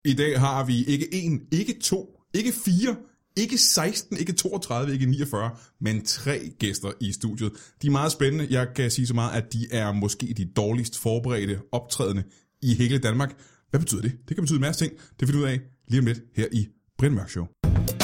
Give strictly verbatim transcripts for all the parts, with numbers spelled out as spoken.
I dag har vi ikke en, ikke to, ikke fire, ikke seksten, ikke toogtredive, ikke niogfyrre, men tre gæster i studiet. De er meget spændende. Jeg kan sige så meget, at de er måske de dårligst forberedte optrædende i hele Danmark. Hvad betyder det? Det kan betyde en masse ting. Det finder vi ud af lige om lidt her i Brian Mørk Show.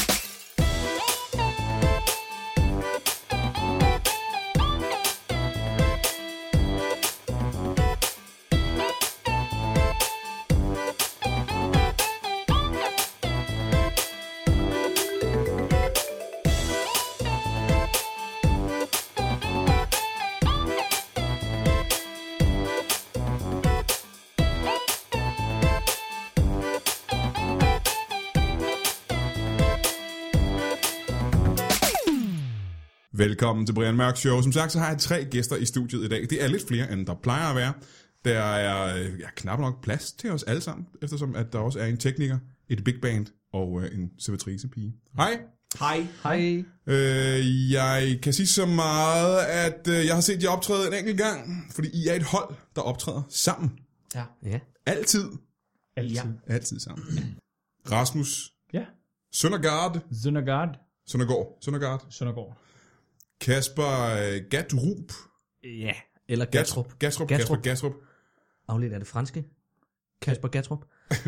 Velkommen til Brian Mørk Show. Som sagt, så har jeg tre gæster i studiet i dag. Det er lidt flere, end der plejer at være. Der er ja, knap nok plads til os alle sammen, eftersom at der også er en tekniker, et big band og øh, en servitricepige. Hej. Hej. Hej. Øh, jeg kan sige så meget, at øh, jeg har set jer optræde en enkelt gang, fordi I er et hold, der optræder sammen. Ja. Ja. Altid. Altid. Ja. Altid sammen. Rasmus. Ja. Søndergaard. Søndergaard. Søndergaard. Søndergaard. Søndergaard. Kasper øh, Gatrup. Ja. Eller Gatrup. Gatrup. Kasper Gatrup. Afledt af det franske. Kasper Gatrup.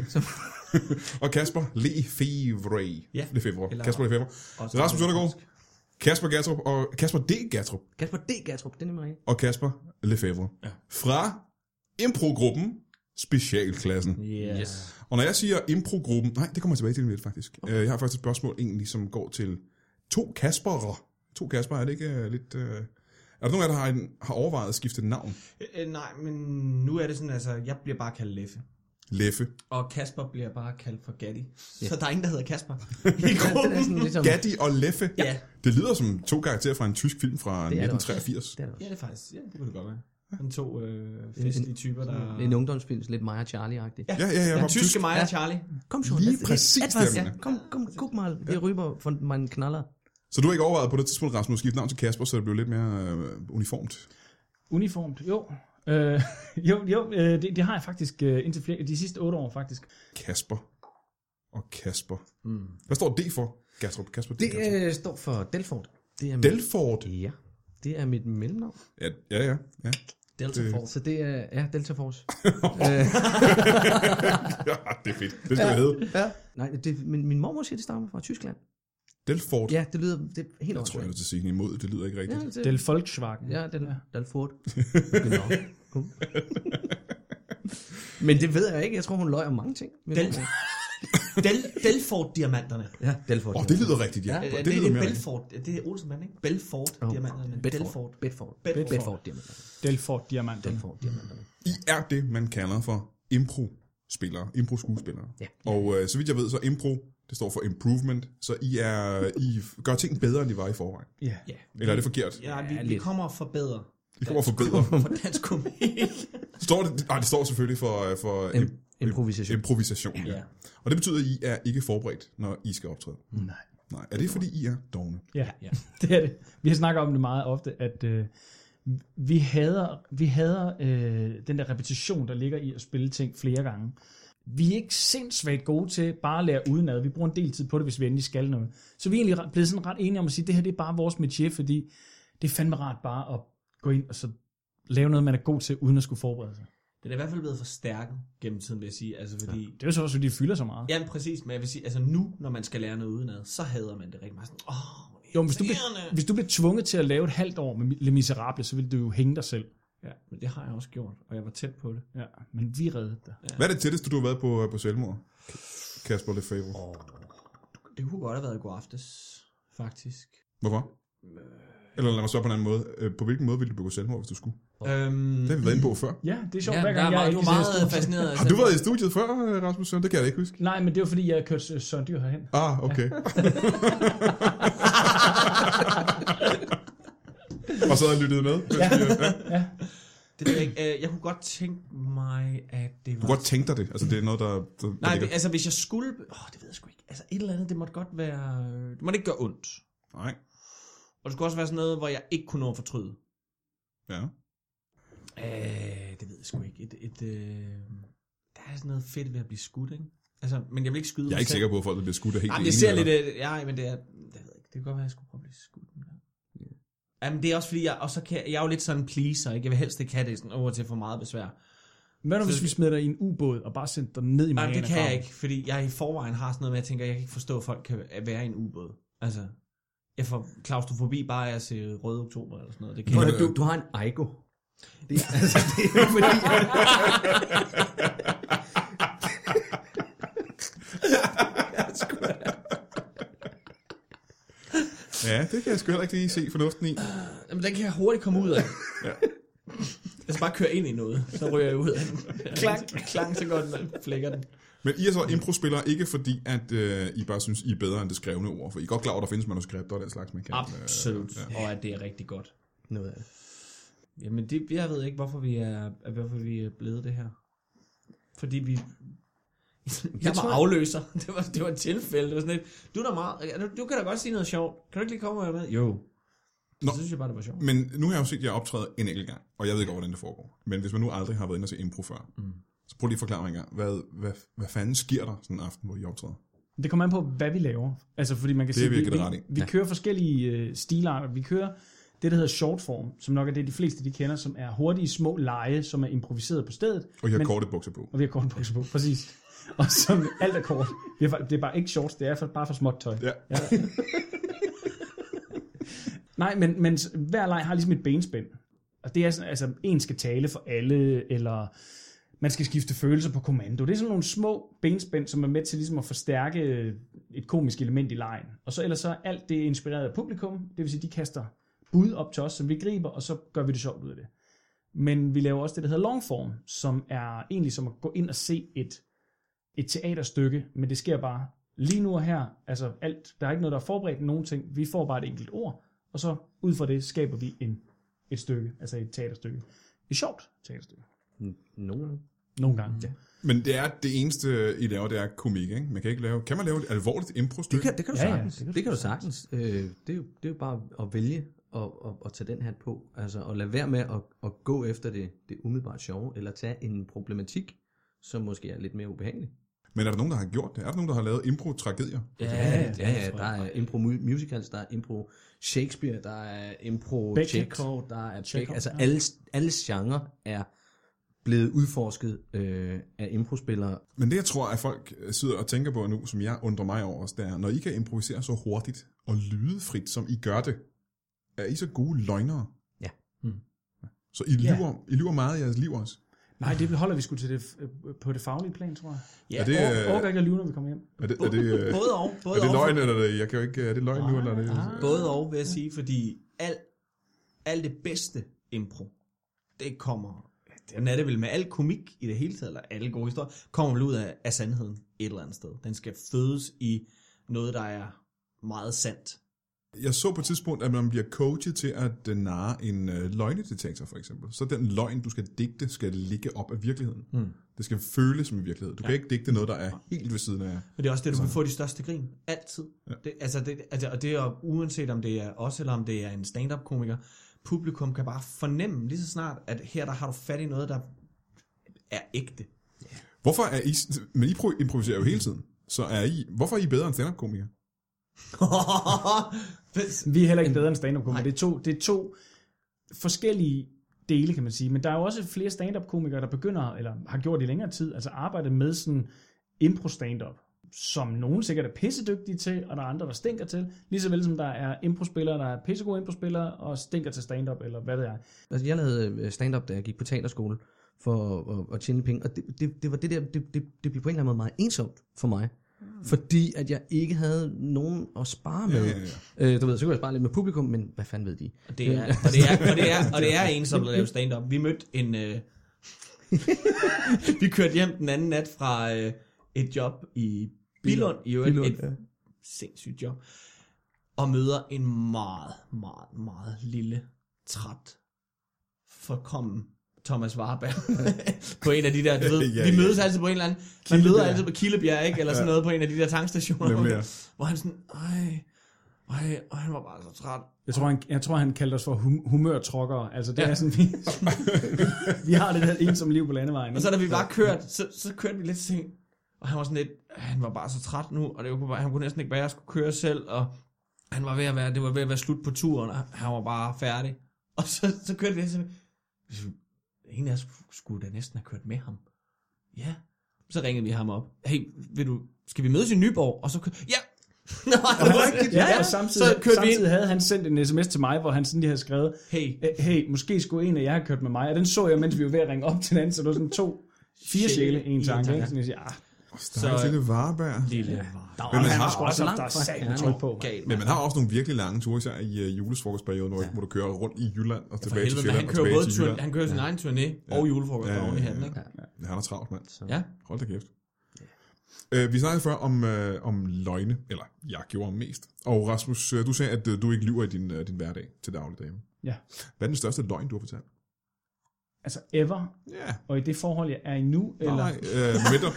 Og Kasper Lefevre. Ja. Lefevre. Eller- Kasper Lefevre. Rasmus Søndergaard. Kasper Gatrup og Kasper D. Gatrup. Kasper D. Gatrup, det er nemlig rigtigt. Og Kasper Lefevre. Ja. Fra improgruppen Specialklassen. Yes. Og når jeg siger improgruppen, nej, det kommer jeg tilbage til lidt faktisk. Okay. Jeg har faktisk et spørgsmål egentlig, som går til to Kasperer. To Kasper, er det ikke uh, lidt... Uh... Er der nogen af jer, der har, en, har overvejet at skifte navn? Øh, nej, men nu er det sådan, altså, jeg bliver bare kaldt Leffe. Leffe. Og Kasper bliver bare kaldt for Gatti. Ja. Så der er ingen, der hedder Kasper. I Ja, det er gruppen. sådan ligesom... Gatti og Leffe. Ja. Det lyder som to karakterer fra en tysk film fra Det er det nitten også. treogfirs. Det er det Ja, også. det er faktisk, ja, det kunne det godt være. Den to øh, festlige typer, der... En ungdomsfilm, lidt Maja Charlie-agtigt. Ja, Ja, ja, ja. Den var tyske tysk. Maja Ja. Charlie. Kom schon. Lige das- præcis etwas, det, jeg ja. mener. Kom, kom, guck mal. Vi rüber von meinen Knaller. Så du har ikke overvejet på det tidspunkt, Rasmus, at skifte navn til Kasper, så det blev lidt mere øh, uniformt? Uniformt, jo. Øh, jo, jo øh, det, det har jeg faktisk øh, indtil flere, de sidste otte år faktisk. Kasper og Kasper. Mm. Hvad står D for? Gatrup. Kasper D. Gatrup. Det øh, står for Delfort. Det er mit- Delfort. Ja. Det er mit mellemnavn. Ja, ja, ja. ja. Delta Det- Force. Så det er, ja, Delta Force. ja, det er fedt. Det skal ja. hedde. Ja. Nej, det, min, min mormor siger, det stammer fra Tyskland. Delfort. Ja, det lyder det er helt Jeg tror, jeg åndssvagt. er nødt til at sige imod. Det lyder ikke rigtigt. Ja, det, Del Volkswagen. ja, den, Delfort. Genau. Cool. Men det ved jeg ikke. Jeg tror, hun løg om mange ting. Del- Del, Delfort-diamanterne. Ja, Delfort. Åh, oh, det lyder rigtigt, ja. Ja, Det, Det, det det, lyder det er mere rigtigt. Belfort. Det er Olsenmand, ikke? Belfort-diamanterne. Bedford. Belfort. Bedford. Bedford. Bedford. Diamanterne. Delfort Diamanterne. Delfort. Diamanterne. I er det, man kalder for impro-spillere. Impro-skuespillere. Ja. Og øh, så vidt jeg ved, så impro, det står for improvement. Så I, er, I gør ting bedre, end de var i forvejen. Ja. Ja. Eller er det forkert? Ja, vi, Ja, vi lidt. kommer og forbedrer. I kommer for bedre. For dansk komedie. Står det, nej, det står selvfølgelig for, for Im- improvisation. improvisation ja. Ja. Og det betyder, at I er ikke forberedt, når I skal optræde. Nej. Nej, er det fordi, I er dogne? Ja, Ja. det er det. Vi har snakket om det meget ofte, at øh, vi hader, vi hader øh, den der repetition, der ligger i at spille ting flere gange. Vi er ikke sindssygt gode til bare at lære udenad. Vi bruger en del tid på det, hvis vi endelig skal noget. Så vi er egentlig ret- blevet sådan ret enige om at sige, at det her det er bare vores métier, fordi det er fandme rart bare at gå ind og så lave noget, man er god til, uden at skulle forberede sig. Den er i hvert fald blevet forstærket gennem tiden, vil jeg sige. Altså fordi... Det er jo så også, fordi det fylder så meget. Ja, præcis. Men jeg vil sige, altså nu, når man skal lære noget udenad, så hader man det rigtig meget. Sådan, åh, hvor Jo, men hvis du, irriterende. bliver, hvis du bliver tvunget til at lave et halvt år med Les Miserables, så vil du jo hænge dig selv. Ja, men det har jeg også gjort, og jeg var tæt på det. Ja, men vi reddede dig. Hvad er det tætteste, du har været på, på selvmord? Kasper Lefebvre. Oh. Det kunne godt have været i går aftes, faktisk. Hvorfor? Eller lad mig så på en anden måde. Øh, På hvilken måde ville du begå selvmord, hvis du skulle? Øhm, Det har vi været inde på før. Ja, det er sjovt, ja, hver der er gang jeg er meget, du ikke er i meget studiet. fascineret. Har du været i studiet før, Rasmus? Det kan jeg da ikke huske. Nej, men det var fordi, jeg kørte øh, Søren Dyr herhen. Ah, okay. Og så har jeg lyttet med. Ja. Ja. Det ved jeg ikke. Øh, Jeg kunne godt tænke mig, at det Du var... kan godt tænke dig det. Altså, det er noget, der... der Nej, der ligger- altså hvis jeg skulle... Åh, det ved jeg sgu ikke. Altså et eller andet, det måtte godt være... Det måtte ikke gøre ondt. Nej. Og det skulle også være sådan noget, hvor jeg ikke kunne nå at fortryde. Ja. Øh, det ved jeg sgu ikke. Et, et, øh, der er sådan noget fedt ved at blive skudt, ikke? Altså, men jeg vil ikke skyde Jeg er mig ikke selv. sikker på, at folk der bliver skudt er helt Jamen, enige. det ser eller? lidt... øh, Ja, men det er... Det, ved jeg ikke. Det kan godt være, at jeg skulle prøve at blive skudt. Jamen, det er også fordi, jeg, og så kan, jeg er jo lidt sådan en pleaser, ikke? Jeg vil helst ikke have det sådan over til for meget besvær. Hvad nu, Så- hvis vi smider dig i en ubåd og bare sender dig ned i Nej, det kan jeg Marianergraven? ikke, fordi jeg i forvejen har sådan noget med, at jeg tænker, jeg kan ikke forstå, at folk kan være i en ubåd. Altså, jeg får klaustrofobi bare af at se Røde Oktober eller sådan noget. Det kan Prøv, jeg. at- du, du har en Aigo. Det, er- altså, det er jo fordi... Ja, det kan jeg sgu heller ikke lige se fornuften i. Jamen, den kan jeg hurtigt komme ud af. Ja. Jeg skal bare køre ind i noget, så ryger jeg ud af den. Klang. Klang så godt, man flækker den. Men I er så impro-spillere, ikke fordi, at øh, I bare synes, I er bedre end det skrevne ord. For I er godt klar over, at der findes manuskripter og den slags, man kan. Absolut. Øh, Og at det er rigtig godt. Noget af det. Jamen, det, jeg ved ikke, hvorfor vi er, hvorfor vi er blevet det her. Fordi vi... Jeg var afløser. Det var, det var et tilfælde. Det var sådan lidt, du, er da meget, du, du kan da godt sige noget sjovt. Kan du ikke lige komme og være med? Jo. Nå. Så synes jeg bare, det var sjovt. Men nu har jeg jo set jer optræde en enkelt gang, og jeg ved ikke, hvordan det foregår. Men hvis man nu aldrig har været inde og se impro før, mm. så prøv lige at forklare mig en gang, hvad, hvad, hvad fanden sker der sådan en aften, hvor I optræder? Det kommer an på, hvad vi laver. Altså, fordi man kan Det er sige, vi, virkelig ret i. vi, vi kører forskellige øh, stilarter. Vi kører det, der hedder short form, som nok er det, de fleste de kender, som er hurtige små lege, som er improviseret på stedet. Og I har Men- korte bukser på. Og vi har korte bukser på, præcis. Og som alt er kort. Vi har, det er bare ikke shorts, det er for, bare for småt tøj. Ja. Ja. Nej, men, men hver leg har ligesom et benspænd. Og det er sådan, altså, en skal tale for alle, eller man skal skifte følelser på kommando. Det er sådan nogle små benspænd, som er med til ligesom at forstærke et komisk element i legen. Og så ellers så er alt det inspireret af publikum, det vil sige, de kaster bud op til os, som vi griber, og så gør vi det sjovt ud af det. Men vi laver også det, der hedder longform, som er egentlig som at gå ind og se et, et teaterstykke, men det sker bare lige nu og her. Altså alt, der er ikke noget, der er forberedt nogen ting. Vi får bare et enkelt ord, og så ud fra det skaber vi en, et stykke, altså et teaterstykke. Et sjovt teaterstykke. Nogle gange. Nogle gange. Ja. Men det er det eneste, I laver, det er komik, ikke? Man kan ikke lave... Kan man lave et alvorligt impro-stykke? Det kan, det kan du Ja, ja, sagtens. det kan du det kan du sagtens. Øh, det, er jo, det er jo bare at vælge og, og, og tage den hat på. Altså at lade være med at, at gå efter det, det umiddelbart sjove, eller tage en problematik, som måske er lidt mere ubehagelig. Men er der nogen, der har gjort det? Er der nogen, der har lavet impro-tragedier? Ja, ja, ja, ja, der er impro musicals, der er impro Shakespeare, der er impro Beckett. Chekhov, der er Chekhov, Beckett. Altså ja. alle, alle genre er blevet udforsket øh, af improspillere. Men det, jeg tror, at folk sidder og tænker på nu, som jeg undrer mig over, det er, når I kan improvisere så hurtigt og lydefrit, som I gør det, er I så gode løgnere? Ja. Hmm. Så I Ja. lyver, I lyver meget i jeres liv også? Nej, det holder vi sgu til det, på det faglige plan, tror jeg. Ja, Er det, Og øh, overgår ikke at lyve, når vi kommer hjem. er det, er det, øh, både og. Både er det og. løgn, eller er det, jeg kan jo ikke, er det løgn nu, eller er det... Ah. Både og, vil jeg sige, fordi alt, alt det bedste impro, det kommer, den er det vel med al komik i det hele taget, eller alle gode historier, kommer vel ud af, af sandheden et eller andet sted. Den skal fødes i noget, der er meget sandt. Jeg så på et tidspunkt, at man bliver coachet til at uh, narre en uh, løgnedetektor, for eksempel. Så den løgn, du skal digte, skal ligge op af virkeligheden. Hmm. Det skal føles som virkelighed. Du ja. kan ikke digte noget, der er helt ved siden af. Men det er også det, du vil få de største grin. Altid. Ja. Det, altså det, altså, og det er uanset om det er os, eller om det er en stand-up komiker, publikum kan bare fornemme lige så snart, at her der har du fat i noget, der er ægte. Hvorfor er I... Men I pro- improviserer jo hele tiden. Så er I... Hvorfor er I bedre end stand-up-komikere? Vi er heller ikke bedre end stand-up-komikere. Nej. Det er to, det er to forskellige dele, kan man sige. Men der er jo også flere stand-up-komikere, der begynder, eller har gjort i længere tid, altså arbejdet med sådan impro-stand-up, som nogen sikkert er pissedygtige til, og der er andre, der stinker til. Lige så vel som der er impro-spillere, der er pissegode impro-spillere, og stinker til stand-up, eller hvad det er. Altså, jeg lavede stand-up, da jeg gik på teaterskole for at, at, at tjene penge, og det, det, det var det der, det, det, det blev på en eller anden måde meget ensomt for mig. Fordi at jeg ikke havde nogen at spare med. Ja, ja, ja. Øh, du ved, så kunne jeg spare lidt med publikum, men hvad fanden ved de? Og det er, og det er, og det er, og det er en, som laver stand-up. Vi mødte en... Øh... vi kørte hjem den anden nat fra øh, et job i Billund, i øvrigt Billund, et ja. sindssygt job, og møder en meget, meget, meget lille, træt, forkommen Thomas Warberg på en af de der, du ved, Ja, vi ja. mødes altid på en eller anden, man møder altid på Kildebjerg, ikke, eller sådan noget på en af de der tankstationer, Nemlig, ja. hvor han sådan, ej, ej, og han var bare så træt. Jeg tror, han, jeg tror, han kaldte os for hum, humørtruckere. Altså, det Ja. er sådan, vi, vi har det der ensomme liv på landevejen. Og så da vi bare kørt, så, så kørte vi lidt sent. Og han var sådan lidt, han var bare så træt nu, og det var, han kunne næsten ikke bære, jeg skulle køre selv, og han var ved at være, det var ved at være slut på turen, og han var bare færdig. Og så, så kørte vi sådan, en af os skulle da næsten have kørt med ham. Ja. Så ringede vi ham op. Hey, vil du, skal vi mødes i Nyborg? Og så kørte, ja! Nå, det var rigtigt. Ja, ja, og samtidig, så samtidig havde han sendt en sms til mig, hvor han sådan lige havde skrevet, hey, hey, måske skulle en af jer have kørt med mig. Og den så jeg, mens vi var ved at ringe op til hinanden, så det var sådan to, fire sjæle, en tanke. Ikke? Sådan jeg siger, ah. Så er lille Vareberg. Lille ja. Vareberg. Men man har også så langt fra ja, tryk på. Galt, men man har også nogle virkelig lange ture, især i uh, julesfrokostperioden, hvor, ja. hvor du kører rundt i Jylland og tilbage helvede, til Sjælland og tilbage til Jylland. Han kører sin ja. egen turné og julefrokost ja, ja, ja, ja. i hatten, ikke? Ja, ja. Han er travlt, mand. Så. Ja. Hold da kæft. Ja. Uh, vi snakkede før om, uh, om løgne, eller jeg gjorde mest. Og Rasmus, uh, du sagde, at uh, du ikke lyver i din, uh, din hverdag til daglig dage. Ja. Hvad er den største løgn, du har fortalt? Altså ever? Ja. Og i det forhold, jeg er i nu? Nej, eller? nej. Uh, mindre.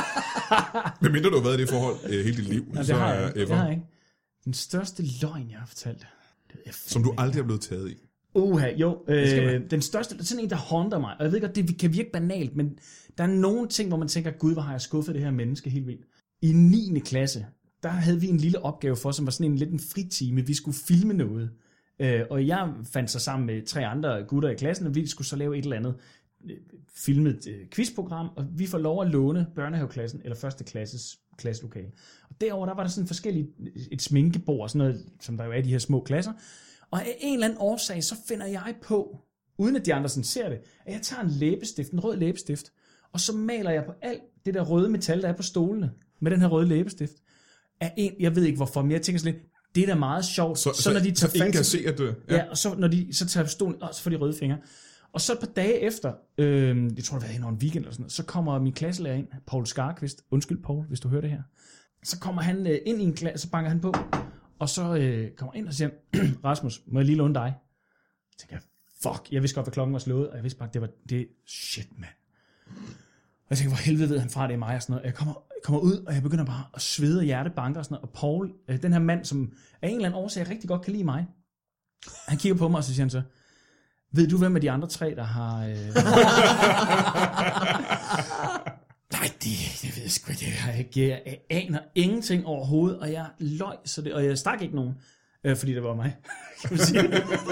Men mindre du har været i det forhold uh, hele dit liv, ja, det så har er jeg, ever. Det har jeg ikke. Den største løgn, jeg har fortalt. Det jeg Som du aldrig er blevet taget i. Uha, jo. Øh, den største, sådan en, der haunter mig. Og jeg ved godt, det kan virke banalt, men der er nogle ting, hvor man tænker, gud, hvor har jeg skuffet det her menneske helt vildt. I niende klasse, der havde vi en lille opgave for, som var sådan en lidt en fritime. Vi skulle filme noget. Øh, og jeg fandt sig sammen med tre andre gutter i klassen, og vi skulle så lave et eller andet øh, filmet øh, quizprogram, og vi får lov at låne børnehaveklassen, eller første klasses klasselokale. Og derover der var der sådan forskellige, et sminkebord, sådan noget, som der jo er i de her små klasser. Og af en eller anden årsag, så finder jeg på, uden at de andre sådan ser det, at jeg tager en læbestift, en rød læbestift, og så maler jeg på alt det der røde metal, der er på stolene, med den her røde læbestift. Af en, jeg ved ikke hvorfor, men jeg tænker sådan lidt, det er da meget sjovt. Så, så, så når de tager så ingen fat, kan se, at du... Ja, ja og så når de så tager stolen, og så får de røde fingre. Og så et par dage efter, øh, jeg tror det var hen over en weekend eller sådan noget, så kommer min klasselærer ind, Paul Skarkvist, undskyld Paul, hvis du hører det her. Så kommer han øh, ind i en klasse, så banker han på, og så øh, kommer ind og siger, Rasmus, må jeg lige låne dig? Så tænker jeg, fuck, jeg vidste godt, hvad klokken var slået, og jeg vidste bare, det var det, shit mand. Og jeg tænker, hvor helvede ved han fra, det er mig og sådan noget. Jeg kommer, jeg kommer ud, og jeg begynder bare at svede og hjertebanker og sådan noget. Og Paul, øh, den her mand, som af en eller anden årsag rigtig godt kan lide mig, han kigger på mig, og så siger han så, ved du, hvem af de andre tre, der har... Øh... Nej, det, det ved jeg sgu ikke. Jeg, ikke. Jeg aner ingenting overhovedet, og jeg løg, så det, og jeg stak ikke nogen, øh, fordi det var mig, kan man sige.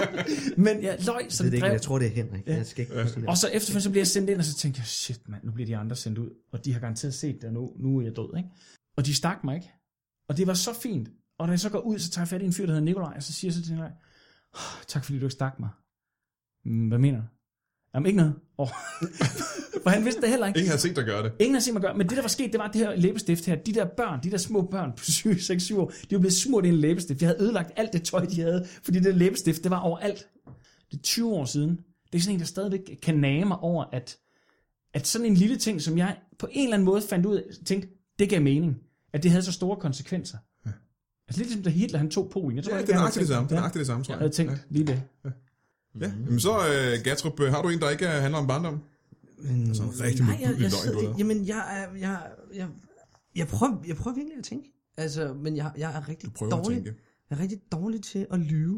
Men jeg løg, så det, det drev. Jeg tror, det er Henrik. Ja. Jeg skal ikke ja. Og så efterfølgende så bliver jeg sendt ind, og så tænkte jeg, shit mand, nu bliver de andre sendt ud, og de har garanteret set det, og nu, nu er jeg død, ikke? Og de stak mig ikke. Og det var så fint. Og når jeg så går ud, så tager jeg fat i en fyr, der hedder Nikolaj, og så siger jeg så til Nikolaj, oh, tak fordi du ikke stak mig. Hvad mener du? Jamen ikke noget. Oh. For han vidste det heller ikke. Ingen har set dig gøre det. Ingen har set mig gøre men det der var sket, det var det her læbestift her. De der børn, de der små børn på syv, seks, syv år, de var blevet smurt i en læbestift. De havde ødelagt alt det tøj, de havde, fordi det læbestift, det var overalt. Det er tyve år siden. Det er sådan en, der stadigvæk kan nage mig over, at, at sådan en lille ting, som jeg på en eller anden måde fandt ud af, tænkte, det gav mening. At det havde så store konsekvenser. Ja. Altså lidt ligesom da Hitler, han tog Polen. Jeg tror, ja, jeg det er nøjagtigt det samme. Det er nøjagtigt det samme, tror jeg. Jeg havde tænkt ja. lige det. Ja. Ja, men så uh, Gatrup, har du en, der ikke handler om barndom? Mm, altså en rigtig nej, jeg, jeg, løgn, du jeg, jamen, jeg, jeg, jeg, jeg, prøver, jeg prøver virkelig at tænke. Altså, men jeg, jeg er rigtig dårlig. Jeg er rigtig dårlig til at lyve.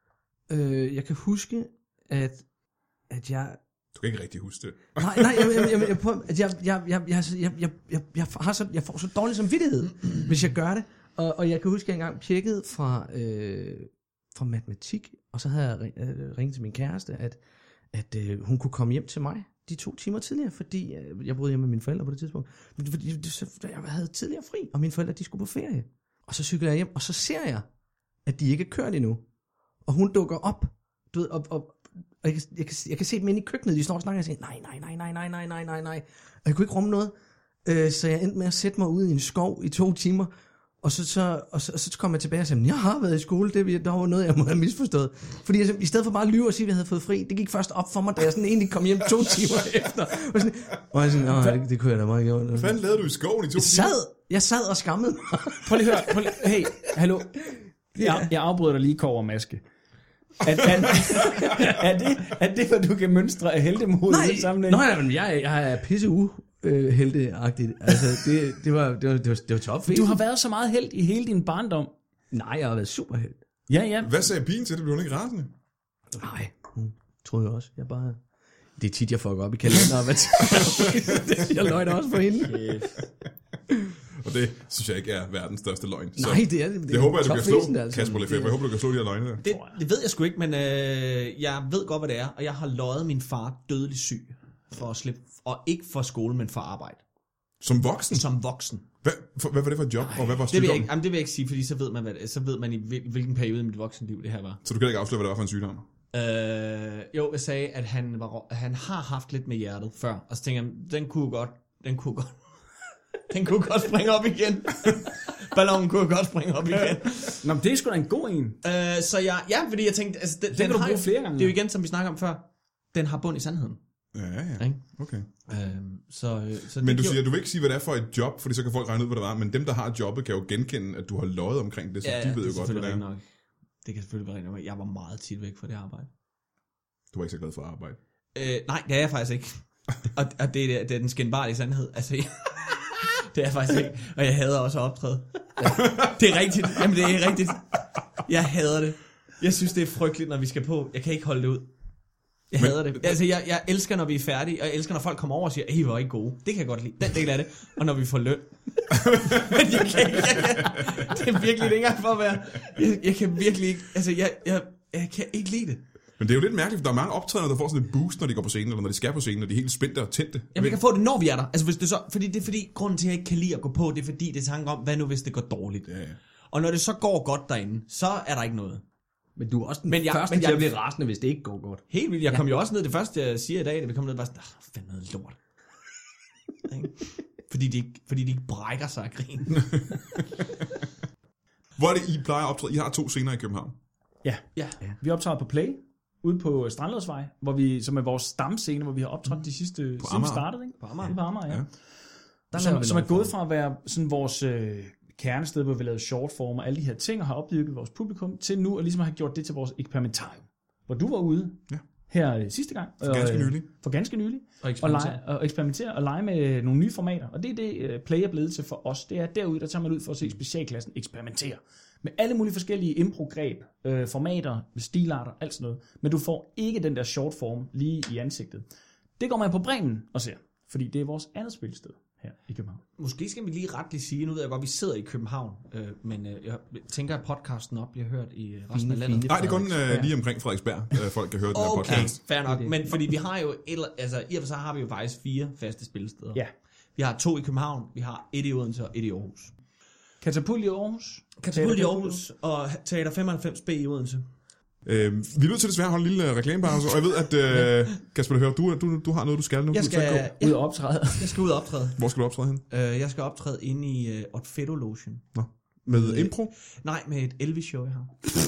Uh, jeg kan huske, at, at jeg... Du kan ikke rigtig huske det. nej, nej, jeg, jeg, jeg, jeg, prøver, at jeg, jeg, jeg, jeg, jeg, jeg, jeg, jeg, har så, jeg får så dårlig samvittighed, hvis jeg gør det. Og, og jeg kan huske, at jeg engang tjekkede fra... Øh, fra matematik, og så havde jeg ringet til min kæreste, at, at øh, hun kunne komme hjem til mig de to timer tidligere, fordi øh, jeg boede hjemme med mine forældre på det tidspunkt. Men fordi jeg havde tidligere fri, og mine forældre, de skulle på ferie. Og så cykler jeg hjem, og så ser jeg, at de ikke er kørt endnu. Og hun dukker op, du ved, op, op, og jeg kan, jeg, kan, jeg kan se dem inde i køkkenet, de står og snakker, og jeg siger, nej, nej, nej, nej, nej, nej, nej, nej, nej. Og jeg kunne ikke rumme noget, øh, så jeg endte med at sætte mig ud i en skov i to timer, Og så, så, og, så, og så kom jeg tilbage og sagde, jeg har været i skole, det der var noget, jeg må have misforstået. Fordi jeg, i stedet for bare at lyve og sige, at jeg havde fået fri, det gik først op for mig, da jeg sådan egentlig kom hjem to timer efter. Og, sådan, og jeg sådan, det, det kunne jeg da meget godt. Hvad fanden lavede du i skoven i to jeg sad, jeg sad og skammede mig. Prøv lige at høre, prøv lige, hey, hallo. Jeg, jeg afbryder dig lige, Kåre Maske. Er, er, er, det, er det, hvad du kan mønstre af heltemod i den sammenhæng? Nej, nej, jeg, jeg er pisse u. Øh, helteagtigt. Altså, det, det, var, det, var, det, var, det var top. Du har været så meget held i hele din barndom. Nej, jeg har været super held. Ja, ja. Hvad sagde pigen til det? Blev hun ikke rasende? Nej, hun troede jeg også. Jeg bare... Det er tit, jeg fucker op i kalenderen. Det siger løgn også for hende. Og det synes jeg ikke er verdens største løgn. Så Nej, det er det. det, det håber jeg, du kan slå, altså. Kasper Lefebvre. Jeg håber, du kan slå de her løgne der. Det, det ved jeg sgu ikke, men øh, jeg ved godt, hvad det er. Og jeg har løjet min far dødelig syg for at slippe. Og ikke for skole, men for arbejde. Som voksen? Som voksen. Hvad, for, hvad var det for et job, og hvad var Det vil, jeg sygdommen? ikke, jamen, det vil jeg ikke sige, fordi så ved man, hvad det, så ved man i hvil- hvilken periode i mit voksenliv det her var. Så du kan ikke afsløre, hvad det var for en sygdom? Øh, jo, jeg sagde, at han, var, han har haft lidt med hjertet før. Og så tænker jeg, den kunne godt, den kunne godt, den kunne godt springe op igen. Ballonen kunne godt springe op igen. Nå, men det er sgu da en god en. Øh, så jeg, ja, fordi jeg tænkte, altså, den, Den den kan du har bruge jo- flere gange. Det er jo igen, som vi snakker om før, den har bund i sandheden. Ja, ja. Ikke? Okay. Øh, så, øh, så Men det du gjorde- siger, du vil ikke sige, hvad det er for et job, fordi så kan folk regne ud, hvad det var. Men dem, der har jobbet, kan jo genkende, at du har løjet omkring det, så ja, de ved det jo er godt, hvad det er. selvfølgelig rigtigt nok. Det kan selvfølgelig være rigtigt nok. Jeg var meget tit væk fra det arbejde. Du var ikke så glad for at arbejde. Øh, nej, det er jeg faktisk ikke. og, og det, er, det er den skændbarlige sandhed. Altså, det er jeg faktisk ikke. Og jeg hader også at optræde. Det er rigtigt. Jamen, det er rigtigt. Jeg hader det. Jeg synes, det er frygteligt, når vi skal på. Jeg kan ikke holde det ud. Jeg Men- hader det. Altså, jeg, jeg elsker, når vi er færdige, og jeg elsker, når folk kommer over og siger, at I var ikke gode. Det kan jeg godt lide. Den del af det. Og når vi får løn. Men jeg kan ikke. Jeg kan, det er virkelig ikke engang for at være. Jeg, jeg kan virkelig ikke. Altså, jeg, jeg, jeg kan ikke lide det. Men det er jo lidt mærkeligt, for der er mange optrædere, der får sådan en boost, når de går på scenen, eller når de skal på scenen, og de er helt spændte og tændte. Jamen, jeg kan få det, når vi er der. Altså, hvis det så, fordi det er fordi, grunden til, at jeg ikke kan lide at gå på, det er fordi, det er tanken om, hvad nu, hvis det går dårligt. Ja, ja. Og når det så går godt derinde, så er der ikke noget. Men du er også den Men men jeg- jeg, første men til jeg- at blive rasende, hvis det ikke går godt. Helt vildt. Jeg kom jo også ned, det første, jeg siger i dag, da vi kom ned, var sådan, ah, fandme noget lort. Ikke? fordi, de, ikke- fordi de ikke brækker sig af grin. Hvor er det, I plejer at optræde? I har to scener i København. Ja. Ja. Vi optræder på Play, ude på Strandlødsvej, hvor vi, som er vores stamscene, hvor vi har optrådt de sidste, siden vi Amager. startede, ikke? På Amager. Det er på Amager, ja. Ja. Der laver Som, vi som er noget gået for- fra at være sådan vores øh, kernested, hvor vi lavede shortform og alle de her ting, og har opbygget vores publikum, til nu at ligesom have gjort det til vores eksperimentarium. Hvor du var ude Ja. her øh, sidste gang. For ganske og, øh, nylig. For ganske nylig. Og Og, eksperimentere. lege, og eksperimentere og lege med nogle nye formater. Og det er det, øh, Play er blevet til for os. Det er derude, der tager man ud for at se specialklassen eksperimentere. Med alle mulige forskellige impro-greb, øh, formater, stilarter, alt sådan noget. Men du får ikke den der short form lige i ansigtet. Det går man på Bremen og ser. Fordi det er vores andet spilsted her i København. Måske skal vi lige retligt sige, nu ved jeg godt, vi sidder i København, øh, men øh, jeg tænker, at podcasten op bliver hørt i øh, resten Fine, af landet. fine. Nej, det er kun øh, Frederiksberg. lige omkring Frederiksberg, øh, folk kan høre den her Okay, podcast. fair nok. Det er det. Men fordi vi har jo et, eller- altså i og for sig har vi jo faktisk fire faste spillesteder. Ja. Vi har to i København, vi har et i Odense og et i Aarhus. Katapult i Aarhus. Katapult i Teater Aarhus og Teater femoghalvfems B i Odense. Øh, vi er nødt til desværre at holde en lille øh, reklamepause, og jeg ved, at øh, Kasper, høre, du, du, du har noget, du skal nu. Jeg Du er tæt skal, på. Ud og optræde. jeg skal ud og optræde. Hvor skal du optræde hen? Uh, jeg skal optræde inde i uh, Otfedo Lotion. Nå. Med impro? Nej, med et Elvis-show, jeg har.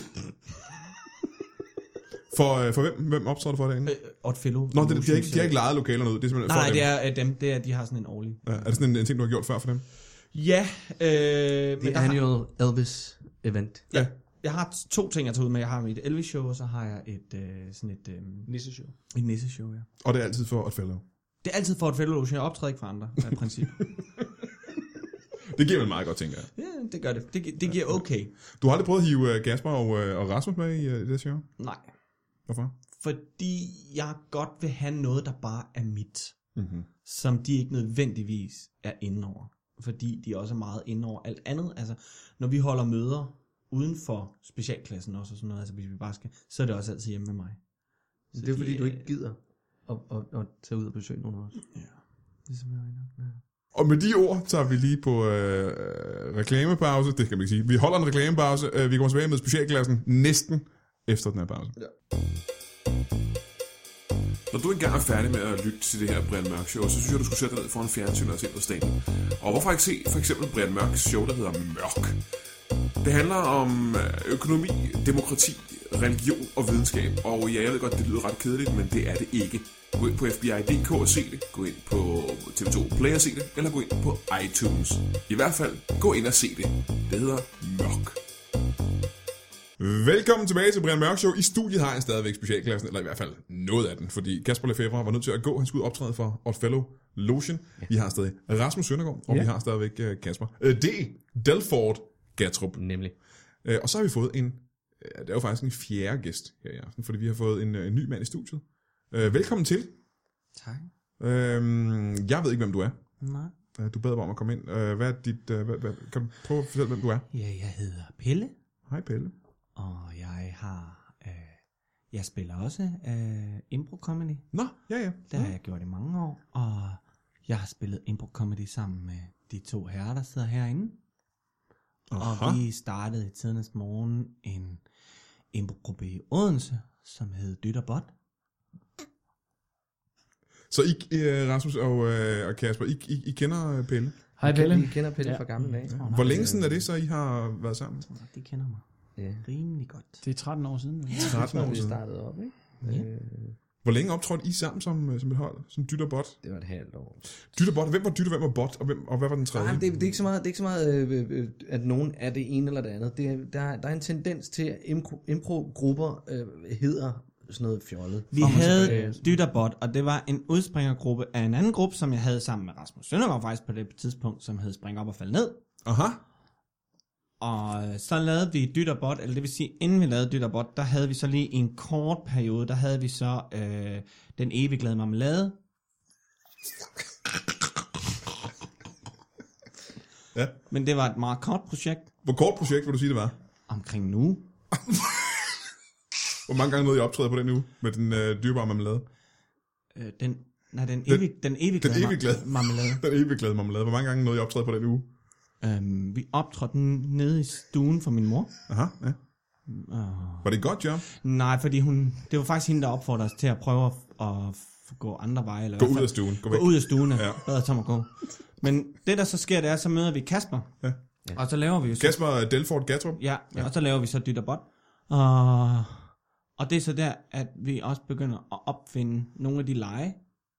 For, øh, for hvem, hvem optræder du for derinde? Uh, Otfedo Nå, det, de, har ikke, de har ikke lejet lokalerne ud. Det er simpelthen Nej, for nej, dem. det er uh, dem. Det er, de har sådan en årlig. Ja, er det sådan en, en ting, du har gjort før for dem? Ja, øh, men The der har, annual Elvis event. Ja. jeg har to ting, jeg tager ud med. Jeg har mit Elvis-show, og så har jeg et, uh, sådan et, uh, Nisseshow. et nisse-show, ja. Og det er altid for Otfellow. Det er altid for Otfedo Lotion. Jeg optræder ikke for andre, af princip. Det giver vel meget godt, tænker jeg. Ja, det gør det. Det, gi- det giver okay. Du har aldrig prøvet at hive uh, Kasper og, uh, og Rasmus med i uh, det show? Nej. Hvorfor? Fordi jeg godt vil have noget, der bare er mit. Mm-hmm. Som de ikke nødvendigvis er inde over. Fordi de også er meget inde over alt andet. Altså, når vi holder møder uden for specialklassen også og sådan noget, altså hvis vi bare skal, så er det også altid hjemme med mig. Så Det er de, fordi, du øh, ikke gider at, at, at tage ud og besøge nogen af os. Ja, det er simpelthen rigtigt. Ja. Og med de ord tager vi lige på øh, reklamepause. Det kan man ikke sige. Vi holder en reklamepause. Øh, vi kommer tilbage med specialklassen næsten efter den her pause. Ja. Når du engang er færdig med at lytte til det her Brian Mørk Show, så synes jeg, du skulle sætte dig ned foran fjernsyn og se på stand. Og hvorfor ikke se for eksempel Brian Mørks show, der hedder Mørk? Det handler om økonomi, demokrati, religion og videnskab. Og ja, jeg ved godt, det lyder ret kedeligt, men det er det ikke. Gå ind på F B I punktum d k og se det. Gå ind på T V to Play og se det. Eller gå ind på iTunes. I hvert fald, gå ind og se det. Det hedder Mørk. Velkommen tilbage til Brian Mørk Show. I studiet har jeg stadigvæk specialklassen, eller i hvert fald noget af den, fordi Kasper Lefebvre var nødt til at gå. Han skulle ud og optræde for Oddfellow Lotion. Ja. Vi har stadig Rasmus Søndergaard, og ja. vi har stadigvæk uh, Kasper. Uh, D. Delford Gatrup. Nemlig. Uh, og så har vi fået en, uh, det er jo faktisk en fjerde gæst her i aften, fordi vi har fået en, uh, en ny mand i studiet. Uh, velkommen til. Tak. Øhm, jeg ved ikke, hvem du er. Nej. Øh, Du bad mig om at komme ind. Øh, Hvad er dit... øh, Hvad, hvad, kan du prøve at fortælle, hvem du er? Ja, jeg hedder Pelle, Hej, Pelle. og jeg har... Øh, jeg spiller også øh, impro-comedy. Nå, ja, ja. Det har jeg gjort i mange år, og jeg har spillet impro-comedy sammen med de to herrer, der sidder herinde. Aha. Og vi startede i tidernes morgen en impro-gruppe i Odense, som hed Dyt og Bot. Så I, øh, Rasmus og, øh, og Kasper, I, I, I kender øh, Pelle? Hej Pelle. Vi kender Pelle Ja. fra gamle dage. Hvor længe siden er det så, I har været sammen? De kender mig Ja. rimelig godt. Det er tretten år siden. Ja. tretten år Vi siden. startede op, ikke? Ja. Øh, Hvor længe optrådte I sammen som, øh, som et hold? Som Dyt og Bot? det var et halvt år. Dyt og Bot. Hvem var Dyt og hvem var Bot? Og, hvem, og hvad var den tredje? Nej, det, er- det er ikke så meget, det er ikke så meget øh, øh, at nogen er det ene eller det andet. Det er, der, der er en tendens til, at impro- impro-grupper øh, hedder sådan noget fjollet. Vi Frem og havde tilbage. Dyt og Bot, og det var en udspringergruppe af en anden gruppe, som jeg havde sammen med Rasmus Søndergaard faktisk på det tidspunkt, som hed Spring op og fald ned. Aha. Og så lavede vi Dyt og Bot, eller det vil sige, inden vi lavede Dyt og Bot, der havde vi så lige en kort periode, der havde vi så øh, Den evig glade marmelade. Ja. Men det var et meget kort projekt, Hvor kort projekt vil du sige, det var? omkring nu. Hvor mange gange nåede I optræde på den uge med den øh, dyrebare marmelade? Øh, den, nej, den evig, den, evig den glade evig glade. mar- marmelade. Den evig glade marmelade. Hvor mange gange nåede I optræde på den uge? Øhm, vi optrådte den nede i stuen for min mor. Aha, ja. Uh, Var det et godt job? nej, fordi hun, det var faktisk hende, der opfordrede os til at prøve at, at f- gå andre veje. Eller i Gå hvert ud fald- af stuen. Gå Gå væk. ud af stuen. Ja. Ja. Bedre Tom at gå. Men det, der så sker, det er, så møder vi Kasper. Ja. Og så laver vi jo så, Kasper Delfort Gatrup. ja, ja, og så laver vi så Dyt og Bot. Og, og det er så der, at vi også begynder at opfinde nogle af de lege,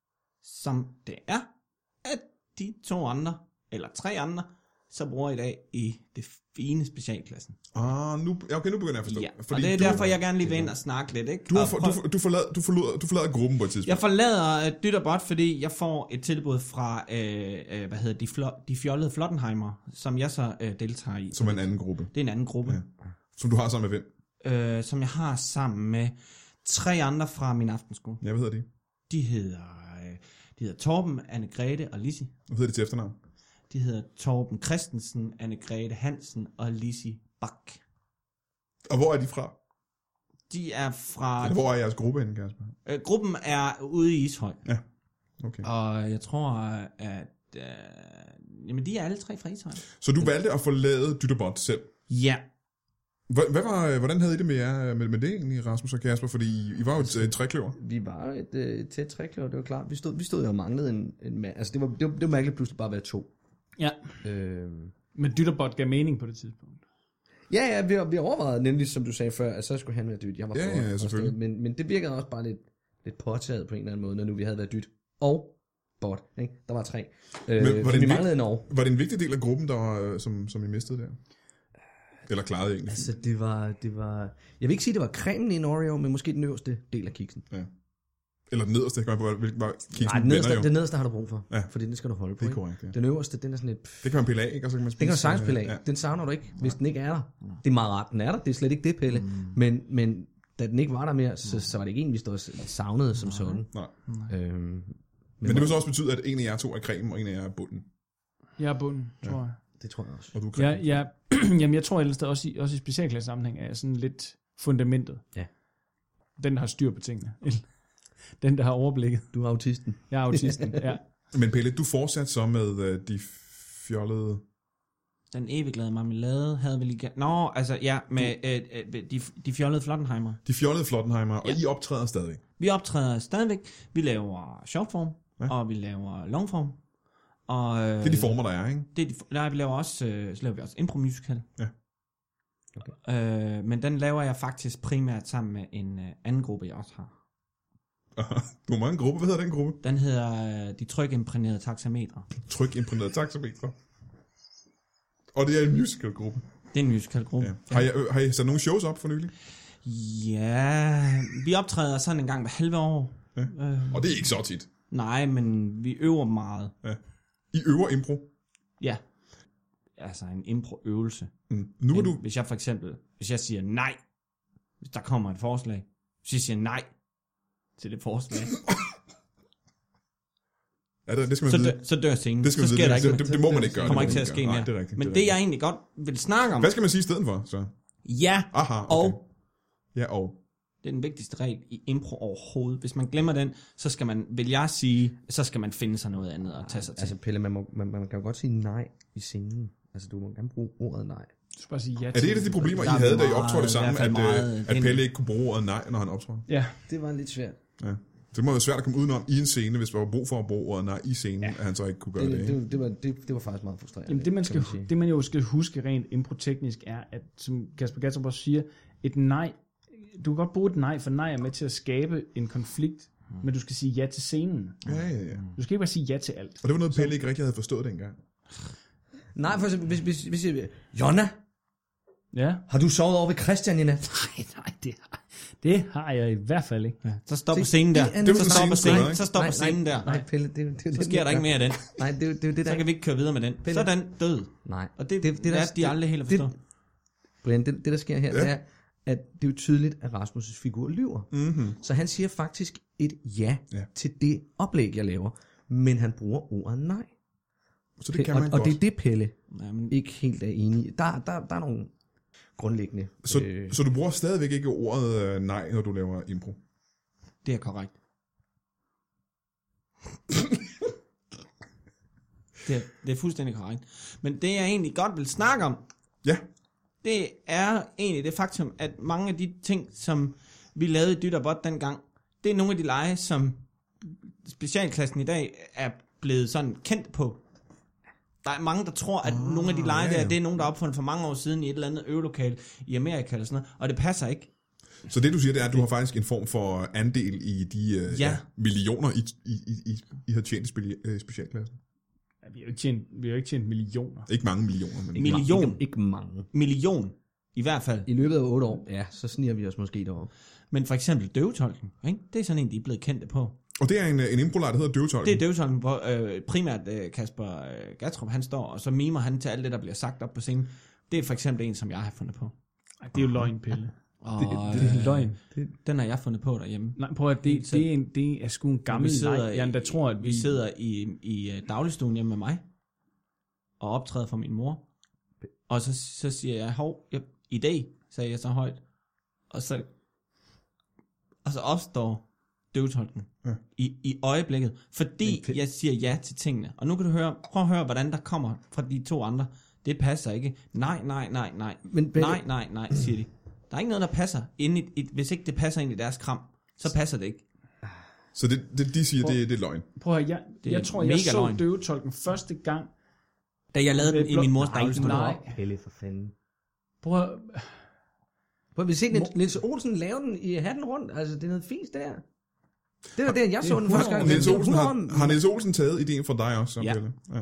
som det er, at de to andre, eller tre andre, så bruger i dag i det fine specialklassen. Ah, nu, ja, okay, nu begynder jeg at forstå. Ja, og det er du, derfor, jeg gerne lige vil ind og snakke lidt. Ikke? Du, har Og for, prøv- du, du, forlader, du, forlader, du forlader gruppen på et tidspunkt. Jeg forlader uh, Dyt og Bot, fordi jeg får et tilbud fra, øh, øh, hvad hedder de, flo- de fjollede Flottenheimer, som jeg så øh, deltager i. Som en anden gruppe. Det er en anden gruppe, Ja. Som du har sammen med hvem? øh, som jeg har sammen med tre andre fra min aftenskole. Ja, hvad hedder de? De hedder, øh, de hedder Torben, Anne-Grethe og Lissi. Hvad hedder de til efternavn? De hedder Torben Christensen, Anne-Grethe Hansen og Lissi Bak. Og hvor er de fra? De er fra... Eller hvor er jeres gruppe henne, Kasper? Øh, gruppen er ude i Ishøj. Okay. Og jeg tror, at... Øh, jamen, de er alle tre fra Ishøj. Så du valgte at forlade Dyt og Bot selv. Ja. Hvad, hvad var, hvordan havde I det med jer, med, med det egentlig, Rasmus og Kasper? Fordi I, I var jo et, et trækløver. Vi var et, øh, et tæt trækløver, det var klart. Vi stod, vi stod jo og manglede en, en mand. Altså, det var, det var, det var mærkeligt pludselig bare at være to. Ja, Øh, men Dyt og Bot gav mening på det tidspunkt. ja, ja, vi, vi overvejede nemlig, som du sagde før, at så skulle han være dyt. Jeg var Ja, for- ja, for selvfølgelig. stedet. Men, men det virkede også bare lidt, lidt påtaget på en eller anden måde, når nu vi havde været dyt. Og bot, ikke? Der var tre. Øh, Men var men det vi en manglede en år. Var det en vigtig del af gruppen, der, var, som, som I mistede der? Eller klarede I egentlig? Altså, det var, det var... Jeg vil ikke sige, det var cremen i en Oreo, men måske den øverste del af kiksen. Eller den nederste, jeg kan på, hvilken var kiksen Nej, den nederste, vender jo. den nederste har du brug for, Ja. fordi den skal du holde på. Det er Ikke? korrekt, ja. Den øverste, den er sådan lidt... Det kan man pille af, ikke? Og så kan man spise... Den kan du sagtens pille af. Ja. Den savner du ikke, hvis den ikke er der. Det er meget rart, den er der. Det er slet ikke det, Pelle. Men, men da den ikke var der mere, så, så var det ikke en, vi stod og savnede som sådan. Nej. Øhm, men Men det vil så også betyde, at en af jer to er cremen, og en af jer er bunden. Jeg er bunden, tror jeg. det tror jeg også. Og du er cremen. Ja, ja, jamen jeg tror ellers at også i, også i specialklasse sammenhæng er sådan lidt fundamentet. Ja. Den, der har styr på tingene. Den, der har overblikket. Du er autisten. Jeg er autisten, ja. Men Pelle, du fortsatte så med uh, de fjollede... Den evig glade marmelade havde vi lige... Nå, altså ja, med øh, øh, de, de fjollede Flottenheimer. De fjollede Flottenheimer, og Ja. I optræder stadig. Vi optræder stadigvæk. Vi laver shortform, Ja. ja. og vi laver longform. Og, øh, Det er de former, der er, ikke? Det er de, nej, vi laver også, øh, så laver vi også impro musical. Ja. Okay. Øh, men den laver jeg faktisk primært sammen med en øh, anden gruppe, jeg også har. Du har mange grupper. Hvad hedder den gruppe? Den hedder øh, De Trykimprægnerede Taxametre. Tryk imprægneret taxametre. Og det er en musical-gruppe. Det er en musical-gruppe. Ja. Har, I, øh, har I sat nogle shows op for nylig? Ja, vi optræder sådan en gang hver halve år. Ja. Øh, Og det er ikke så tit. nej, men vi øver meget. I øver impro. Ja, altså en impro-øvelse. Mm. Nu er En- du... Hvis jeg for eksempel, hvis jeg siger nej, hvis der kommer et forslag, hvis jeg siger nej til det forslag, Ja, det, det skal man så, vide. dør, så dør scenen. Det, skal Så man sker vide. der ikke det, det, det må man ikke gøre. Det kommer det ikke må til at man ske mere. Nej, det er rigtigt. Men det, det, er jeg egentlig godt vil snakke om... Hvad skal man sige i stedet for, så? Ja, Aha, okay. og... Ja, og. Det er den vigtigste regel i impro overhovedet. Hvis man glemmer den, så skal man, vil jeg sige, så skal man finde sig noget andet at tage sig til. Altså Pelle, man, må, man, man kan jo godt sige nej i scenen. Altså du må gerne bruge ordet nej. Du skal bare sige ja Er til det et af de problemer, I Der er havde, da I meget- optrådte i sammen, hvert fald at, meget- øh, at den- Pelle ikke kunne bruge ordet nej, når han optrådte? Ja, Det var lidt svært. Ja. Det må være svært at komme udenom i en scene, hvis der var brug for at bruge ordet nej i scenen, ja. At han så ikke kunne gøre Det, det. det, det, det, det, var, det, det var faktisk meget frustrerende. jamen det man, kan skal, sige. det man jo skal huske rent improteknisk er, at som Kasper Gattrup også siger, et nej, du kan godt bruge et nej, for nej er med til at skabe en konflikt, men du skal sige ja til scenen. Ja, ja, ja. Du skal ikke bare sige ja til alt. Og det var noget, Pelle ikke rigtig havde forstået dengang. Nej, for eksempel, hvis, hvis, hvis jeg... Jonna, Ja. har du sovet over ved Christian i nat? Nej, nej, det har, det har jeg i hvert fald ikke. Ja. Så stopper Se, scenen der. det er Så noget- stopper Nej, scenen, nej, så stopper nej, scenen der. Nej, Pelle, det, det, det, Så sker der ikke mere af den. Nej, det, det, det, det Så der. kan vi ikke køre videre med den. Pelle. Så er den død. Nej. Og det, Det- det, det det der- lærte de aldrig helt at forstå. det- Brian, det, det der sker her, Ja. ja. det er, at det er jo tydeligt, at Rasmus' figur lyver. Mm-hmm. Så han siger faktisk et ja, Ja. ja. til det oplæg, jeg laver. Men han bruger ordet nej. Så det kan og, man og godt. det er det, Pelle Jamen, ikke helt er enig i. Der, der, der er nogle grundlæggende... Så, øh, så du bruger stadigvæk ikke ordet øh, nej, når du laver impro? det er korrekt. det, er, det er fuldstændig korrekt. Men det jeg egentlig godt vil snakke om, Ja. det er egentlig det faktum, at mange af de ting, som vi lavede i Dyt og Bot dengang, det er nogle af de lege, som specialklassen i dag er blevet sådan kendt på. Der er mange, der tror, at oh, nogle af de lege ja, der, ja. det er nogen, der er opfundet for mange år siden i et eller andet øvelokal i Amerika eller sådan noget, og det passer ikke. Så det du siger, det er, at du har faktisk en form for andel i de øh, Ja. ja, millioner, I, I, I, I, I har tjent i spili- øh, specialklassen. Ja, vi har jo ikke tjent, vi har jo ikke tjent millioner. Ikke mange millioner, men Ikke million. Ikke, ikke mange. Million, i hvert fald. I løbet af otte år, ja, så sniger vi os måske derovre. Men for eksempel døvetolken, ikke? Det er sådan en, de er blevet kendte på. Og det er en, en improlar, der hedder Døvetolken. Det er døvetolken, hvor øh, primært øh, Kasper øh, Gattrup, han står, og så mimer han til alt det, der bliver sagt op på scenen. Det er for eksempel en, som jeg har fundet på. Ej, det er jo løgn, Pelle. Og, Det, det er løgn. Den har jeg fundet på derhjemme. Nej, prøv at det, det, er, en, det er sgu en gammel Vi sidder leg. Jeg der tror, at vi... vi sidder i, i øh, dagligstuen hjemme med mig, og optræder for min mor. Og så, så siger jeg, hov, jeg, i dag, sagde jeg så højt. Og så, og så opstår døvetolken Ja. i, i øjeblikket, fordi jeg siger ja til tingene. Og nu kan du høre, prøv at høre, hvordan der kommer fra de to andre. Det passer ikke. Nej, nej, nej, nej. Men Pelle- Nej, nej, nej, siger de. Der er ikke noget, der passer. Ind i, i, hvis ikke det passer ind i deres kram, så passer det ikke. Så det, det, de siger, det, det er løgn. Prøv at høre, jeg, Det er jeg tror, jeg mega så løgn. døvetolken første gang. Da jeg lavede den i min mors Nej, dagligstue. nej. Pelle for fanden. Prøv at, Prøv, vi se Niels, Niels Olsen lave den i hatten rundt. Altså, det er noget fint der. Det var det, jeg så den første gang. Og Niels Det er Olsen hundrede har, år- har Niels Olsen taget ideen fra dig også, som Ja. Pelle? Ja.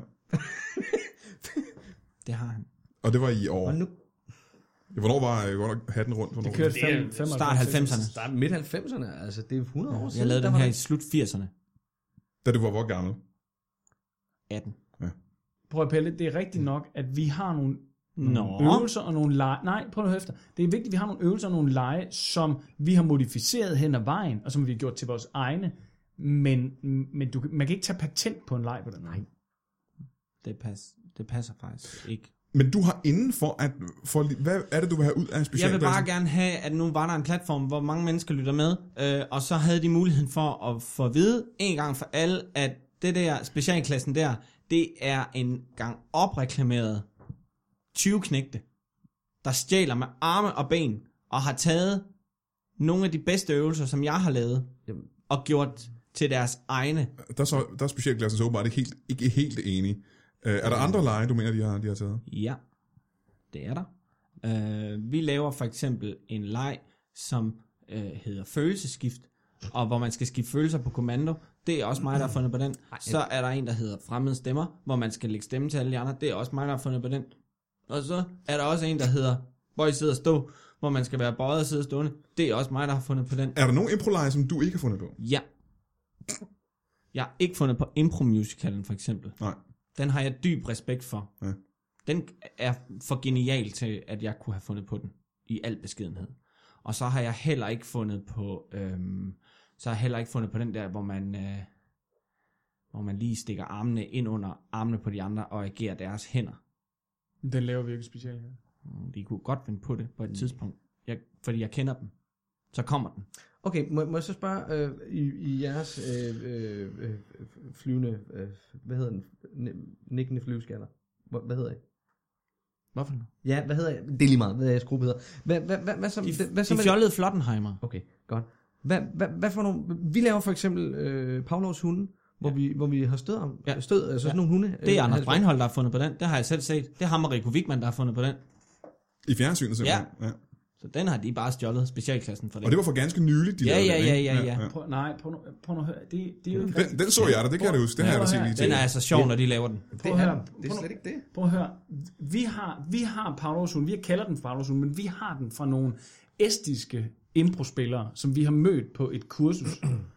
Det har han. Og det var i år. Og nu Hvornår var øh, hvornår hatten rundt? Hvornår det kørte Det er fem, femoghalvfems. Start halvfemserne. der er midt halvfemserne. Altså, det er hundrede år siden. Jeg lavede der den var her der- i slut firserne. Da du var hvor gammel? atten. Prøv at Pelle, det er rigtigt nok, at vi har nogle Nå. øvelser og nogle lege. Nej, prøv at høre efter. Det er vigtigt, at vi har nogle øvelser og nogle lege, som vi har modificeret hen ad vejen, og som vi har gjort til vores egne. Men, men du, man kan ikke tage patent på en leg på den. Nej. Det, pas, det passer faktisk ikke. Men du har indenfor, at, for, hvad er det, du vil have ud af en Jeg vil specialklasse? bare gerne have, at nu var der en platform, hvor mange mennesker lytter med, øh, og så havde de muligheden for at få at vide en gang for alle, at det der specialklassen der, det er en gang opreklameret tyve-knægte, der stjæler med arme og ben, og har taget nogle af de bedste øvelser, som jeg har lavet, Jamen. og gjort til deres egne. Der er, så, der er specialklassen så åbenbart ikke helt, ikke helt enig. Uh, er der andre lege, du mener, de har, de har taget? Ja, det er der. Øh, vi laver for eksempel en leg, som øh, hedder følelsesskift, og hvor man skal skifte følelser på kommando. Det er også mig, der har fundet på den. Så er der en, der hedder fremmede stemmer, hvor man skal lægge stemme til alle de andre. Det er også mig, der har fundet på den. Og så er der også en, der hedder bøj, sidde og stå, hvor man skal være bøjet og sidde stående. Det er også mig, der har fundet på den. Er der nogen impro-lege, som du ikke har fundet på? Ja. Jeg har ikke fundet på impro-musicalen for eksempel. Nej. Den har jeg dyb respekt for. Ja. Den er for genial til, at jeg kunne have fundet på den. I al beskedenhed. Og så har jeg heller ikke fundet på... Øhm, så har jeg heller ikke fundet på den der, hvor man... Øh, hvor man lige stikker armene ind under armene på de andre og agerer deres hænder. Den laver virkelig specielt. De kunne godt finde på det på et mm. tidspunkt, jeg, fordi jeg kender dem. Så kommer den. Okay, må, må jeg så spørge, øh, i, i jeres øh, øh, øh, flyvende, øh, hvad hedder den, nikkende flyveskaller, hvad, hvad hedder I? Hvorfor nu? Ja, hvad hedder jeg? Det er lige meget, hvad jeres gruppe hedder. Hvad, hvad, hvad, hvad så, De, hvad så de med- fjollede Flottenheimer. Okay, godt. Hvad, hvad, hvad for nogle, vi laver for eksempel øh, Pavlovs hunde, hvor, ja. vi, hvor vi har stød om, Ja. stød, altså Ja. sådan nogle hunde. Det er øh, Anders Breinholt, der har fundet på den. Det har jeg selv set. Det er ham og Rico Wigman, der har fundet på den. I fjernsynet simpelthen. Ja. Ja. Så den har de bare stjålet specialklassen for det. Og det var for ganske nyligt, de Ja, lavede ja, den, ja, ikke? ja, ja. Prøv, nej, prøv nu, prøv nu at høre. Det, det er jo ikke Den, den så jeg da, det kan jeg da huske. Det har jeg da set lige til. Den er altså sjov, når de laver den. Prøv at høre. Det er slet ikke det. Prøv at høre. Vi har, vi har Pavlovs hund. Vi kalder den Pavlovs hund, men vi har den fra nogle estiske impro-spillere, som vi har mødt på et kursus.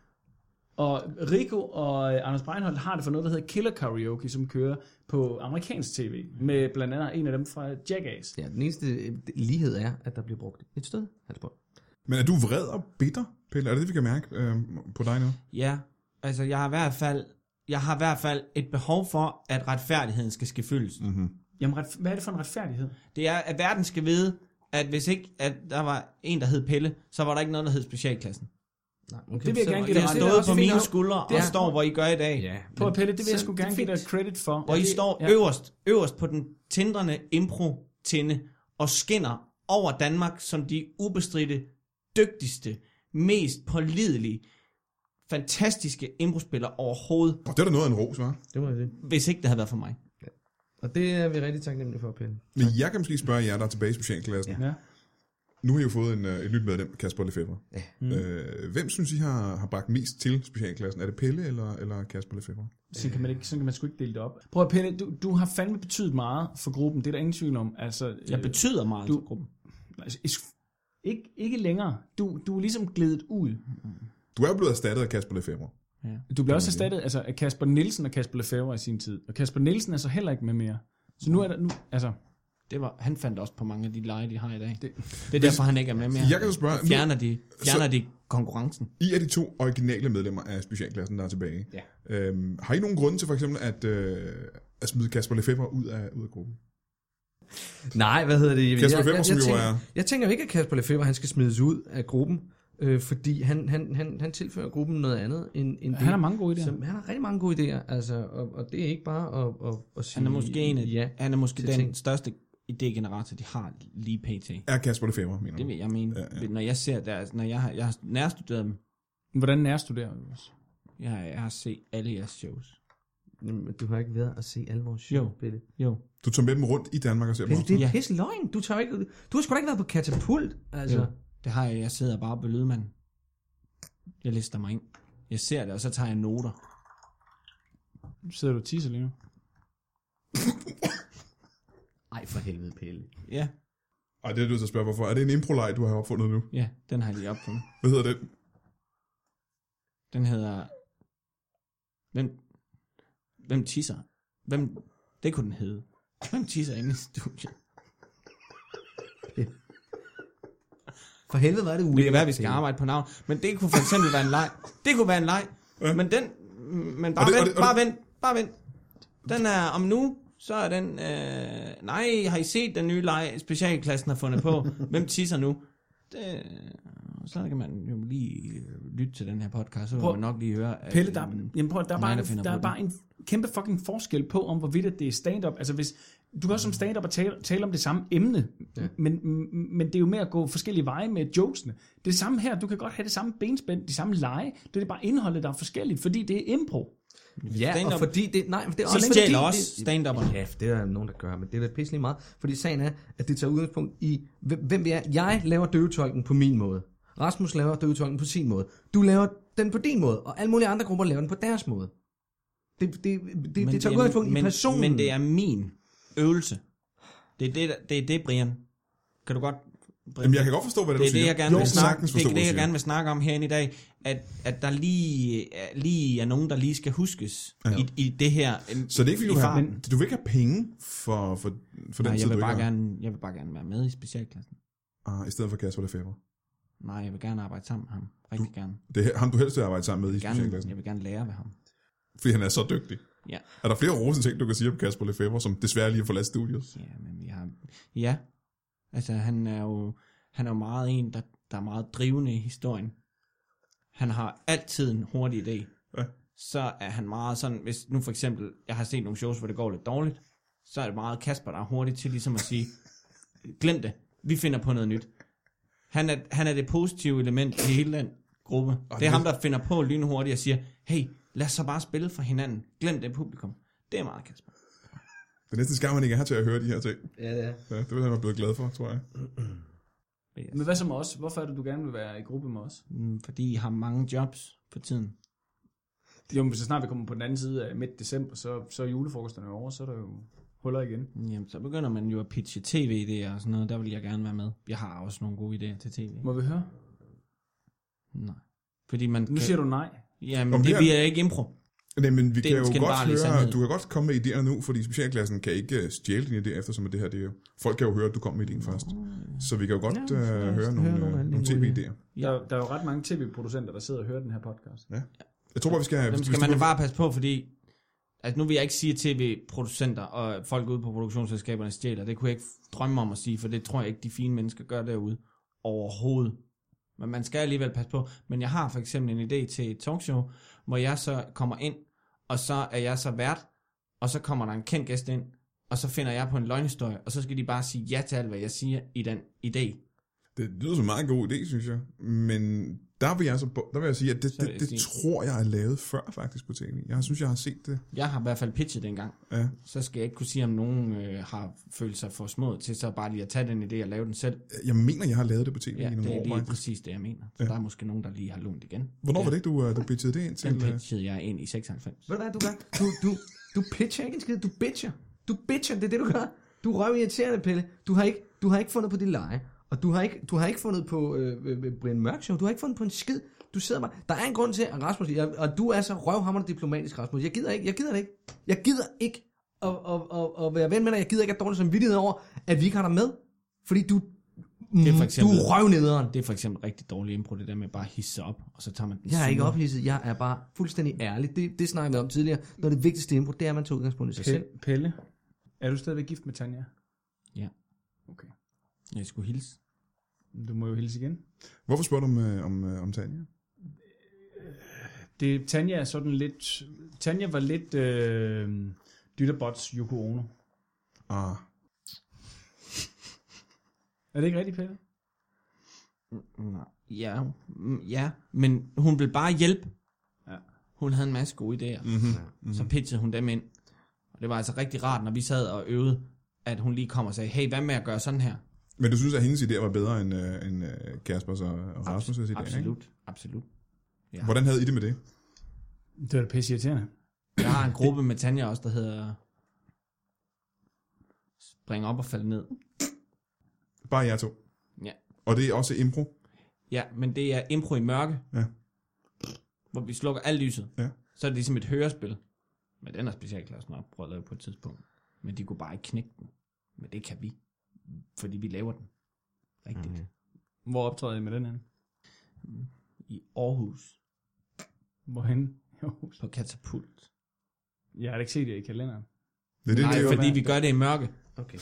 Og Rico og Anders Breinholt har det for noget, der hedder Killer Karaoke, som kører på amerikansk tv, med blandt andet en af dem fra Jackass. Ja, den eneste øh, lighed er, at der bliver brugt et stød. Altså, Men er du vred og bitter, Pelle? Er det det, vi kan mærke øh, på dig nu? Ja, altså jeg har i hvert fald, jeg har i hvert fald et behov for, at retfærdigheden skal ske fyldes. Mm-hmm. Jamen, ret, hvad er det for en retfærdighed? Det er, at verden skal vide, at hvis ikke at der var en, der hed Pelle, så var der ikke noget, der hed specialklassen. nej, okay, Det vil jeg gerne give Det dig har ret. stået også på fint mine nok. skuldre og Det er- står, hvor I gør i dag. Ja, Prøv at Pelle, det vil jeg så- sgu det er gerne give dig fint. credit for. Hvor I det- står ja. øverst, øverst på den tindrende impro-tinde og skinner over Danmark som de ubestridte, dygtigste, mest pålidelige, fantastiske improspillere overhovedet, Og det er da noget af en ros, hva'? Det må jeg sige. hvis ikke det havde været for mig. Og det er vi rigtig taknemmelige for, Pelle. Men jeg kan måske spørge jer, der er tilbage i specialklassen. Ja. Nu har I jo fået en, øh, et nyt medlem, Kasper Lefebvre. Ja. Mm. Øh, hvem synes I har, har bragt mest til specialklassen? Er det Pelle eller, eller Kasper Lefebvre? Sådan kan man ikke, sådan kan man sgu ikke dele det op. Prøv at Pelle, du, du har fandme betydet meget for gruppen, det er der ingen tvivl om. Altså, Jeg øh, betyder meget du- for gruppen. altså, is- ikke, ikke længere. Du, du er ligesom glædet ud. Du er jo blevet erstattet af Kasper Lefebvre. Du bliver også erstattet altså, af Kasper Nielsen og Kasper Lefebvre i sin tid. Og Kasper Nielsen er så heller ikke med mere. Så nu er der, nu, altså, Det var, han fandt også på mange af de lege, de har i dag. Det- Det er derfor, han ikke er med mere. Jeg kan så spørge, Så fjerner de, fjerner de konkurrencen. I er de to originale medlemmer af specialklassen, der er tilbage. Ja. Øhm, har I nogen grunde til for eksempel at, øh, at smide Kasper Lefebvre ud af, ud af gruppen? Nej, hvad hedder det? Kasper jeg, Lefebvre, jeg, som jeg, jo tænker, er... jeg tænker jo ikke, at Kasper Lefebvre han skal smides ud af gruppen, øh, fordi han, han, han, han tilfører gruppen noget andet end, end han har mange gode idéer. Som, han har rigtig mange gode idéer, altså, og, og det er ikke bare at, at, at sige Han er måske, en af, ja. han er måske til den ting. største idégenerator, de har lige pt. Er Kasper Lefebvre, mener Det du? vil jeg mene. Ja, ja. Når jeg ser deres, når jeg har, jeg har nærstuderet dem, Hvordan nærstuderer du os? jeg har, jeg har set alle jeres shows. Jamen, du har ikke været at se alle vores Jo. shows, Pelle. Jo. Du tager med dem rundt i Danmark og ser dem Pelle, også? det er Ja. pisse løgn. Du, tager ikke, du har sgu da ikke været på katapult, altså. Jo. Det har jeg. Jeg sidder bare på lydmanden. Jeg lister mig ind. Jeg ser det, og så tager jeg noter. Sidder du og tisser lige nu? Ej, for helvede, Pelle. Ja, Ej, det er du nødt til at spørge, hvorfor. Er det en impro-leg, du har opfundet nu? ja, den har jeg lige opfundet. Hvad hedder den? Den hedder... Hvem... Hvem tisser? Hvem... Det kunne den hedde. Hvem tisser inde i studiet? For helvede, var det ulækkert. Det kan være, at vi skal arbejde på navn. Men det kunne for eksempel være en leg. Det kunne være en leg. Ja. Men den... Men bare Og det- og vent, det- og bare vent, bare vent. Den er om nu, så er den... Øh, nej, har I set den nye leg, specialklassen har fundet på? Hvem tisser nu? Det, så kan man jo lige øh, lytte til den her podcast, så vil Prøv- man nok lige høre... At, Pelle, der, øh, jamen prøv, der er mig, bare, der en, finder der på er bare en kæmpe fucking forskel på, om hvorvidt at det er stand-up. Altså hvis, du kan også som stand-up og tale, tale om det samme emne, ja. men, men det er jo med at gå forskellige veje med jokesene. Det er det samme her, du kan godt have det samme benspænd, de samme lege, det er bare indholdet, der er forskelligt, fordi det er impro. Ja, og stand-up- fordi det... Nej, det er Så også stjæler fordi også det- stand-upperne. Ja, det er der nogen, der gør, men det er da pisse lige meget. Fordi sagen er, at det tager udgangspunkt i, hvem hvem vi er. Jeg laver døvetolken på min måde. Rasmus laver døvetolken på sin måde. Du laver den på din måde, og alle mulige andre grupper laver den på deres måde. Det, det, det, det, det tager er- udgangspunkt men, i personen. Men det er min øvelse. Det er det, der- det, er det Brian. Kan du godt... Brian? Jamen, jeg kan godt forstå, hvad det, Det er du det, siger. jeg gerne vil kan snakke, sagtens det, forstå, er hvad det, du jeg siger. gerne vil snakke om herinde i dag, at, at der lige, lige er nogen, der lige skal huskes Ja. ja. i, i det her. øhm, Så det er ikke, fordi i du, har, farten. men, du vil ikke have penge for, for, for den Nej, tid, jeg vil, du bare ikke har? gerne, jeg vil bare gerne være med i specialklassen. Ah, i stedet for Kasper Lefebvre. Nej, jeg vil gerne arbejde sammen med ham. Rigtig gerne. Det er ham, du helst vil arbejde sammen med i Jeg vil gerne, specialklassen. jeg vil gerne lære ved ham. Fordi han er så dygtig. Ja. Er der flere rosende ting, du kan sige om Kasper Lefebvre, som desværre lige har forladt studiet? Ja, men vi har... Ja, altså han er jo, han er jo meget en, der, der er meget drivende i historien. Han har altid en hurtig idé. Ja. Så er han meget sådan, hvis nu for eksempel, jeg har set nogle shows, hvor det går lidt dårligt, så er det meget Kasper, der er hurtigt til ligesom at sige, glem det, vi finder på noget nyt. Han er, han er det positive element i hele den gruppe. Og det er det- ham, der finder på lynhurtigt og siger, hey, lad os så bare spille for hinanden. Glem det publikum. Det er meget Kasper. Det er næsten skam, man ikke er her til at høre de her ting. Ja, det er. Ja, det vil han være blevet glad for, tror jeg. Yes. Men hvad så med os? Hvorfor er det, du gerne vil være i gruppe med os? Mm, Fordi I har mange jobs for tiden. Jo, men så snart vi kommer på den anden side af midt december, så, så er julefrokosterne over, så er der jo huller igen. Jamen, så begynder man jo at pitche tv-idéer og sådan noget. Der vil jeg gerne være med. Jeg har også nogle gode idéer til tv. Må vi høre? Nej. Fordi man Nu siger du nej. Jamen, Om det det er- bliver ikke impro. Nej, men vi Det er kan den jo godt skinbarlige høre, sandhed. du kan godt komme med idéerne nu, fordi specialklassen kan ikke øh, stjæle dine idéer, eftersom at det her, det er jo, folk kan jo høre, at du kommer med idéen først. Så vi kan jo godt Ja, øh, lad os høre høre nogle, nogle af øh, alle nogle dine tv-idéer. Der, der er jo ret mange tv-producenter, der sidder og hører den her podcast. Jeg tror bare, vi skal... Dem hvis- skal hvis man du- bare passe på, fordi... Altså, nu vil jeg ikke sige, at tv-producenter og folk ude på produktionsselskaberne stjæler. Det kunne jeg ikke drømme om at sige, for det tror jeg ikke, de fine mennesker gør derude overhovedet. Men man skal alligevel passe på. Men jeg har for eksempel en idé til et talkshow, hvor jeg så kommer ind, og så er jeg så vært, og så kommer der en kendt gæst ind, og så finder jeg på en løgnhistorie, og så skal de bare sige ja til alt, hvad jeg siger i den idé. Det lyder som en meget god idé, synes jeg. Men der vil jeg, så, der vil jeg sige, at det, Så vil det, jeg det sige- tror jeg er lavet før faktisk på tv. Jeg synes, jeg har set det. Jeg har i hvert fald pitchet det engang. Ja. Så skal jeg ikke kunne sige, om nogen øh, har følt sig for små til så bare lige at tage den idé og lave den selv. Jeg mener, jeg har lavet det på tv Ja, i det nogle er år. lige faktisk. præcis det, jeg mener. Så Ja. der er måske nogen, der lige har lånt igen. Hvornår ja. var det, du, øh, du pitchede det ind til? Den øh? pitchede jeg ind i seksoghalvfems. Ved du hvad, du gør? Du, du, du pitcher ikke en skid, du bitcher. Du bitcher, det er det, du gør. Du er røvirriterende, Pelle. Du har ikke, du har ikke fundet på dit leje. Og du har ikke, du har ikke fundet på øh, øh, Brian Mørk Show. Du har ikke fundet på en skid. Du sidder bare... Der er en grund til, at Rasmus... Jeg, og du er så røvhammerende diplomatisk, Rasmus. Jeg gider ikke. Jeg gider det ikke. Jeg gider ikke at, at, at, at være ven med dig. Jeg gider ikke at have dårlig samvittighed over, at vi ikke har dig med. Fordi du... Det er for eksempel- du er røvnederen. Det er for eksempel rigtig dårlig impro, det der med bare at hisse sig op, og så tager man den Jeg er ikke sure. ophidset. Jeg er bare fuldstændig ærlig. Det, det snakker vi om tidligere. Når det vigtigste impro, det er, at man tager udgangspunkt i sig selv. Pelle, Pelle, er du stadigvæk gift med Tanja? Ja. Okay. Jeg skulle hilse. Du må jo hilse igen. Hvorfor spørger du om, øh, om, øh, om Tanja? Det, Tanja er sådan lidt... Tanja var lidt øh, Dytterbots Yoko Ono. Ah, Er det ikke rigtigt, Pelle? Nej. Ja, mm, ja, men hun ville bare hjælpe. Ja. Hun havde en masse gode idéer. mm-hmm. Mm-hmm. Så pitchede hun dem ind. Og det var altså rigtig rart, når vi sad og øvede, at hun lige kom og sagde, hey, hvad med at gøre sådan her? Men du synes, at hendes idéer var bedre end, øh, end øh, Kaspers og, og Rasmus' idéer, Absolut, absolut. ikke? Hvordan havde I det med det? Det var da pisse irriterende. Jeg har en gruppe med Tanja også, der hedder Spring op og falde ned. Bare jer to. Ja. Og det er også impro? Ja, men det er impro i mørke. Ja. Hvor vi slukker alt lyset. Ja. Så er det ligesom et hørespil. Men den er specialklassen op prøvet at lave på et tidspunkt. Men de kunne bare ikke knække den. Men det kan vi. Fordi vi laver den. Rigtigt. Mhm. Hvor optræder I med den her? I Aarhus. Hvorhen? På Katapult. Jeg har da ikke set det i kalenderen. Det er det, Nej, det, fordi vi gør det i mørke. Okay.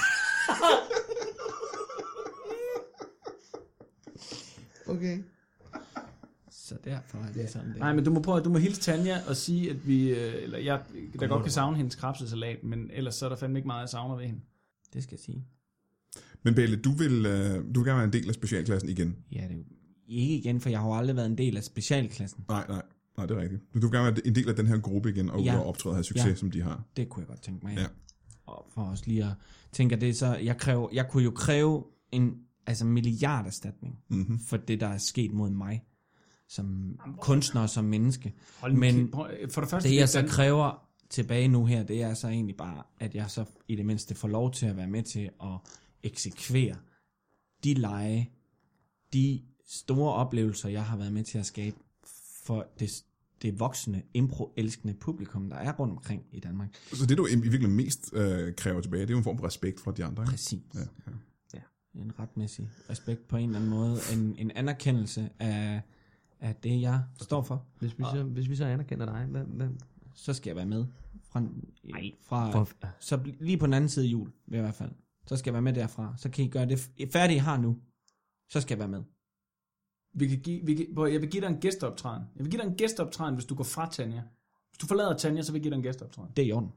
Okay. Så derfor er det sådan det. Nej, men du må prøve, du må hilse Tanja og sige, at vi, øh, eller jeg, der godt kan savne hendes krabsesalat, men ellers så er der fandme ikke meget, jeg savner ved hende. Det skal jeg sige. Men Belle, du vil, øh, du vil gerne være en del af specialklassen igen? Ja, det er jo ikke igen, for jeg har jo aldrig været en del af specialklassen. Nej, nej. Nej, det er rigtigt. Men du vil gerne være en del af den her gruppe igen, og, Ja. ja. og optræde og have succes, Ja. ja. som de har. Det kunne jeg godt tænke mig. Ja. Ja. Og for os lige at tænke, at det er så, jeg, kræver, jeg kunne jo kræve en altså milliarderstatning Mm-hmm. for det, der er sket mod mig som kunstner og som menneske. Hold nu Men kæft, prøv- for det første, Det jeg så Dan- kræver tilbage nu her, det er så egentlig bare, at jeg så i det mindste får lov til at være med til at eksekvere de lege, de store oplevelser, jeg har været med til at skabe for det, det voksne, impro-elskende publikum, der er rundt omkring i Danmark. Så det, du i i virkeligheden mest øh, kræver tilbage, det er jo en form for respekt fra de andre, ikke? Præcis. Ja, ja. En retmæssig respekt på en eller anden måde. En, en anerkendelse af, af det, jeg står for. Hvis vi, så, hvis vi så anerkender dig, hvad, hvad, så skal jeg være med. Fra, Nej, fra, for- så bl- lige på den anden side af jul, i hvert fald. Så skal jeg være med derfra. Så kan I gøre det f- færdigt, I har nu. Så skal jeg være med. Vi kan give, vi kan, prøv, jeg vil give dig en gæsteoptræden. Jeg vil give dig en gæsteoptræden, hvis du går fra Tanja. Hvis du forlader Tanja, så vil jeg give dig en gæsteoptræden. Det er i orden.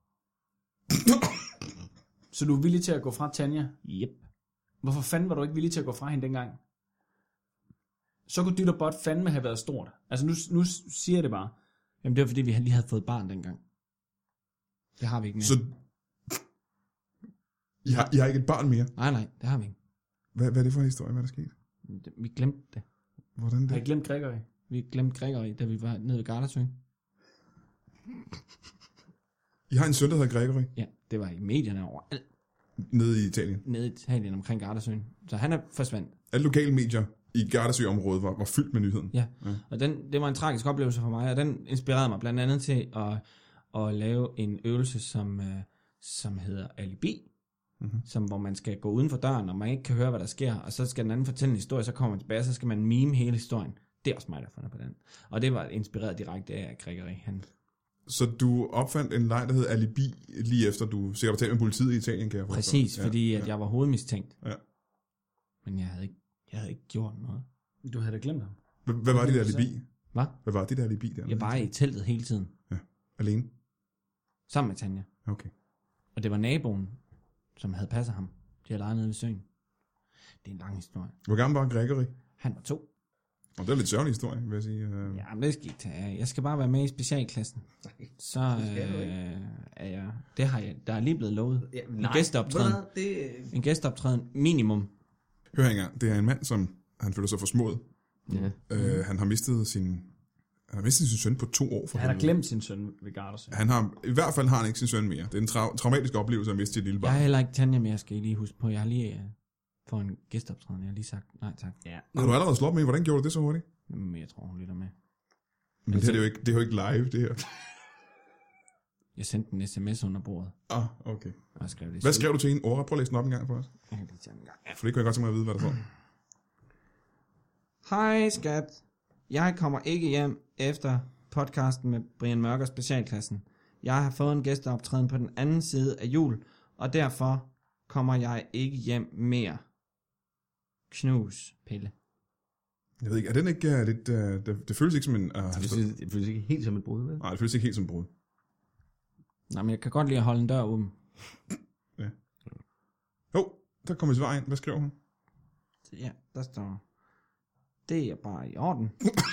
Så du er villig til at gå fra Tanja? Yep. Hvorfor fanden var du ikke villig til at gå fra hende dengang? Så kunne dyt og bot fandme have været stort. Altså nu, nu siger jeg det bare. Jamen det var fordi, vi lige havde fået barn dengang. Det har vi ikke mere. Så I har, I har ikke et barn mere? Nej, nej, det har vi ikke. Hvad, hvad er det for en historie? Hvad er der sket? Det- Vi glemte det. Hvordan Har I det? glemt Gregory? Vi glemte Gregory, da vi var nede ved Gardasøen. I har en søn, der hedder Gregory, Ja, det var i medierne overalt. nede i Italien. Nede i Italien omkring Gardasøen. Så han er forsvandt. Alle lokale medier i Gardasø-området var, var fyldt med nyheden. Ja, og den, det var en tragisk oplevelse for mig, og den inspirerede mig blandt andet til at, at lave en øvelse, som, øh, som hedder alibi, mm-hmm. som, hvor man skal gå uden for døren, og man ikke kan høre, hvad der sker, og så skal den anden fortælle en historie, så kommer man tilbage, og så skal man mime hele historien. Det er også mig, der fundet på den. Og det var inspireret direkte af Gregory. Han, Så du opfandt en leg, der hed Alibi, lige efter du sikkert har talt med politiet i Italien, kan jeg forstå. præcis, fordi at jeg var hovedmistænkt. Ja. Men jeg havde ikke, jeg havde ikke gjort noget. Du havde da glemt ham. Hvad, hvad var det der alibi? Hvad? Hvad var det der alibi der? Jeg var i teltet hele tiden, Alene? sammen med Tanja. Okay. Og det var naboen, som havde passet ham. De havde lejet nede ved søen. Det er en lang historie. Hvor gammel var Gregory? Han var to. Og det er en lidt sørgelig historie, vil jeg sige. Øh, Ja, men det skal I ikke tage af. Jeg skal bare være med i specialklassen. Så skal du øh, ikke. er jeg... Det har jeg... Der er lige blevet lovet. Ja, En gæsteoptræden. Det, En gæsteoptræden minimum. Hør her engang, det er en mand, som han føler sig forsmået. ja. Øh, han har mistet sin... Han har mistet sin søn på to år. For Han har helvede. glemt sin søn ved Gardasøen. Han har, I hvert fald har han ikke sin søn mere. Det er en tra- traumatisk oplevelse at miste sit lille Jeg barn. har heller ikke Tanja mere, skal I lige huske på. Jeg har lige... Uh, for en gæsteoptræden. Jeg har lige sagt nej tak. Ja. Har du allerede slået med? Hvordan gjorde du det så hurtigt? Men jeg tror, hun lytter med. Men det, her, det, er jo ikke, det er jo ikke live, det her. Jeg sendte en sms under bordet. Ah, okay. Og jeg skrev det. Hvad skrev du til hende? Ora, prøv at læse den op en gang for os. Jeg kan lige tage den en gang. Ja. For det kunne jeg godt tænke mig at vide, hvad der står. Hej skat. Jeg kommer ikke hjem efter podcasten med Brian Mørk og Specialklassen. Jeg har fået en gæsteoptræden på den anden side af jul, og derfor kommer jeg ikke hjem mere. Knus, Pelle. Jeg ved ikke, er den ikke uh, lidt... Uh, det, det føles ikke som en... Uh, Det føles, det føles ikke helt som et brud, vel? nej, det føles ikke helt som et brud. Nej, men jeg kan godt lide at holde en dør åben. Jo, der kommer et svar ind. Hvad skriver hun? Ja, der står... Det er bare i orden.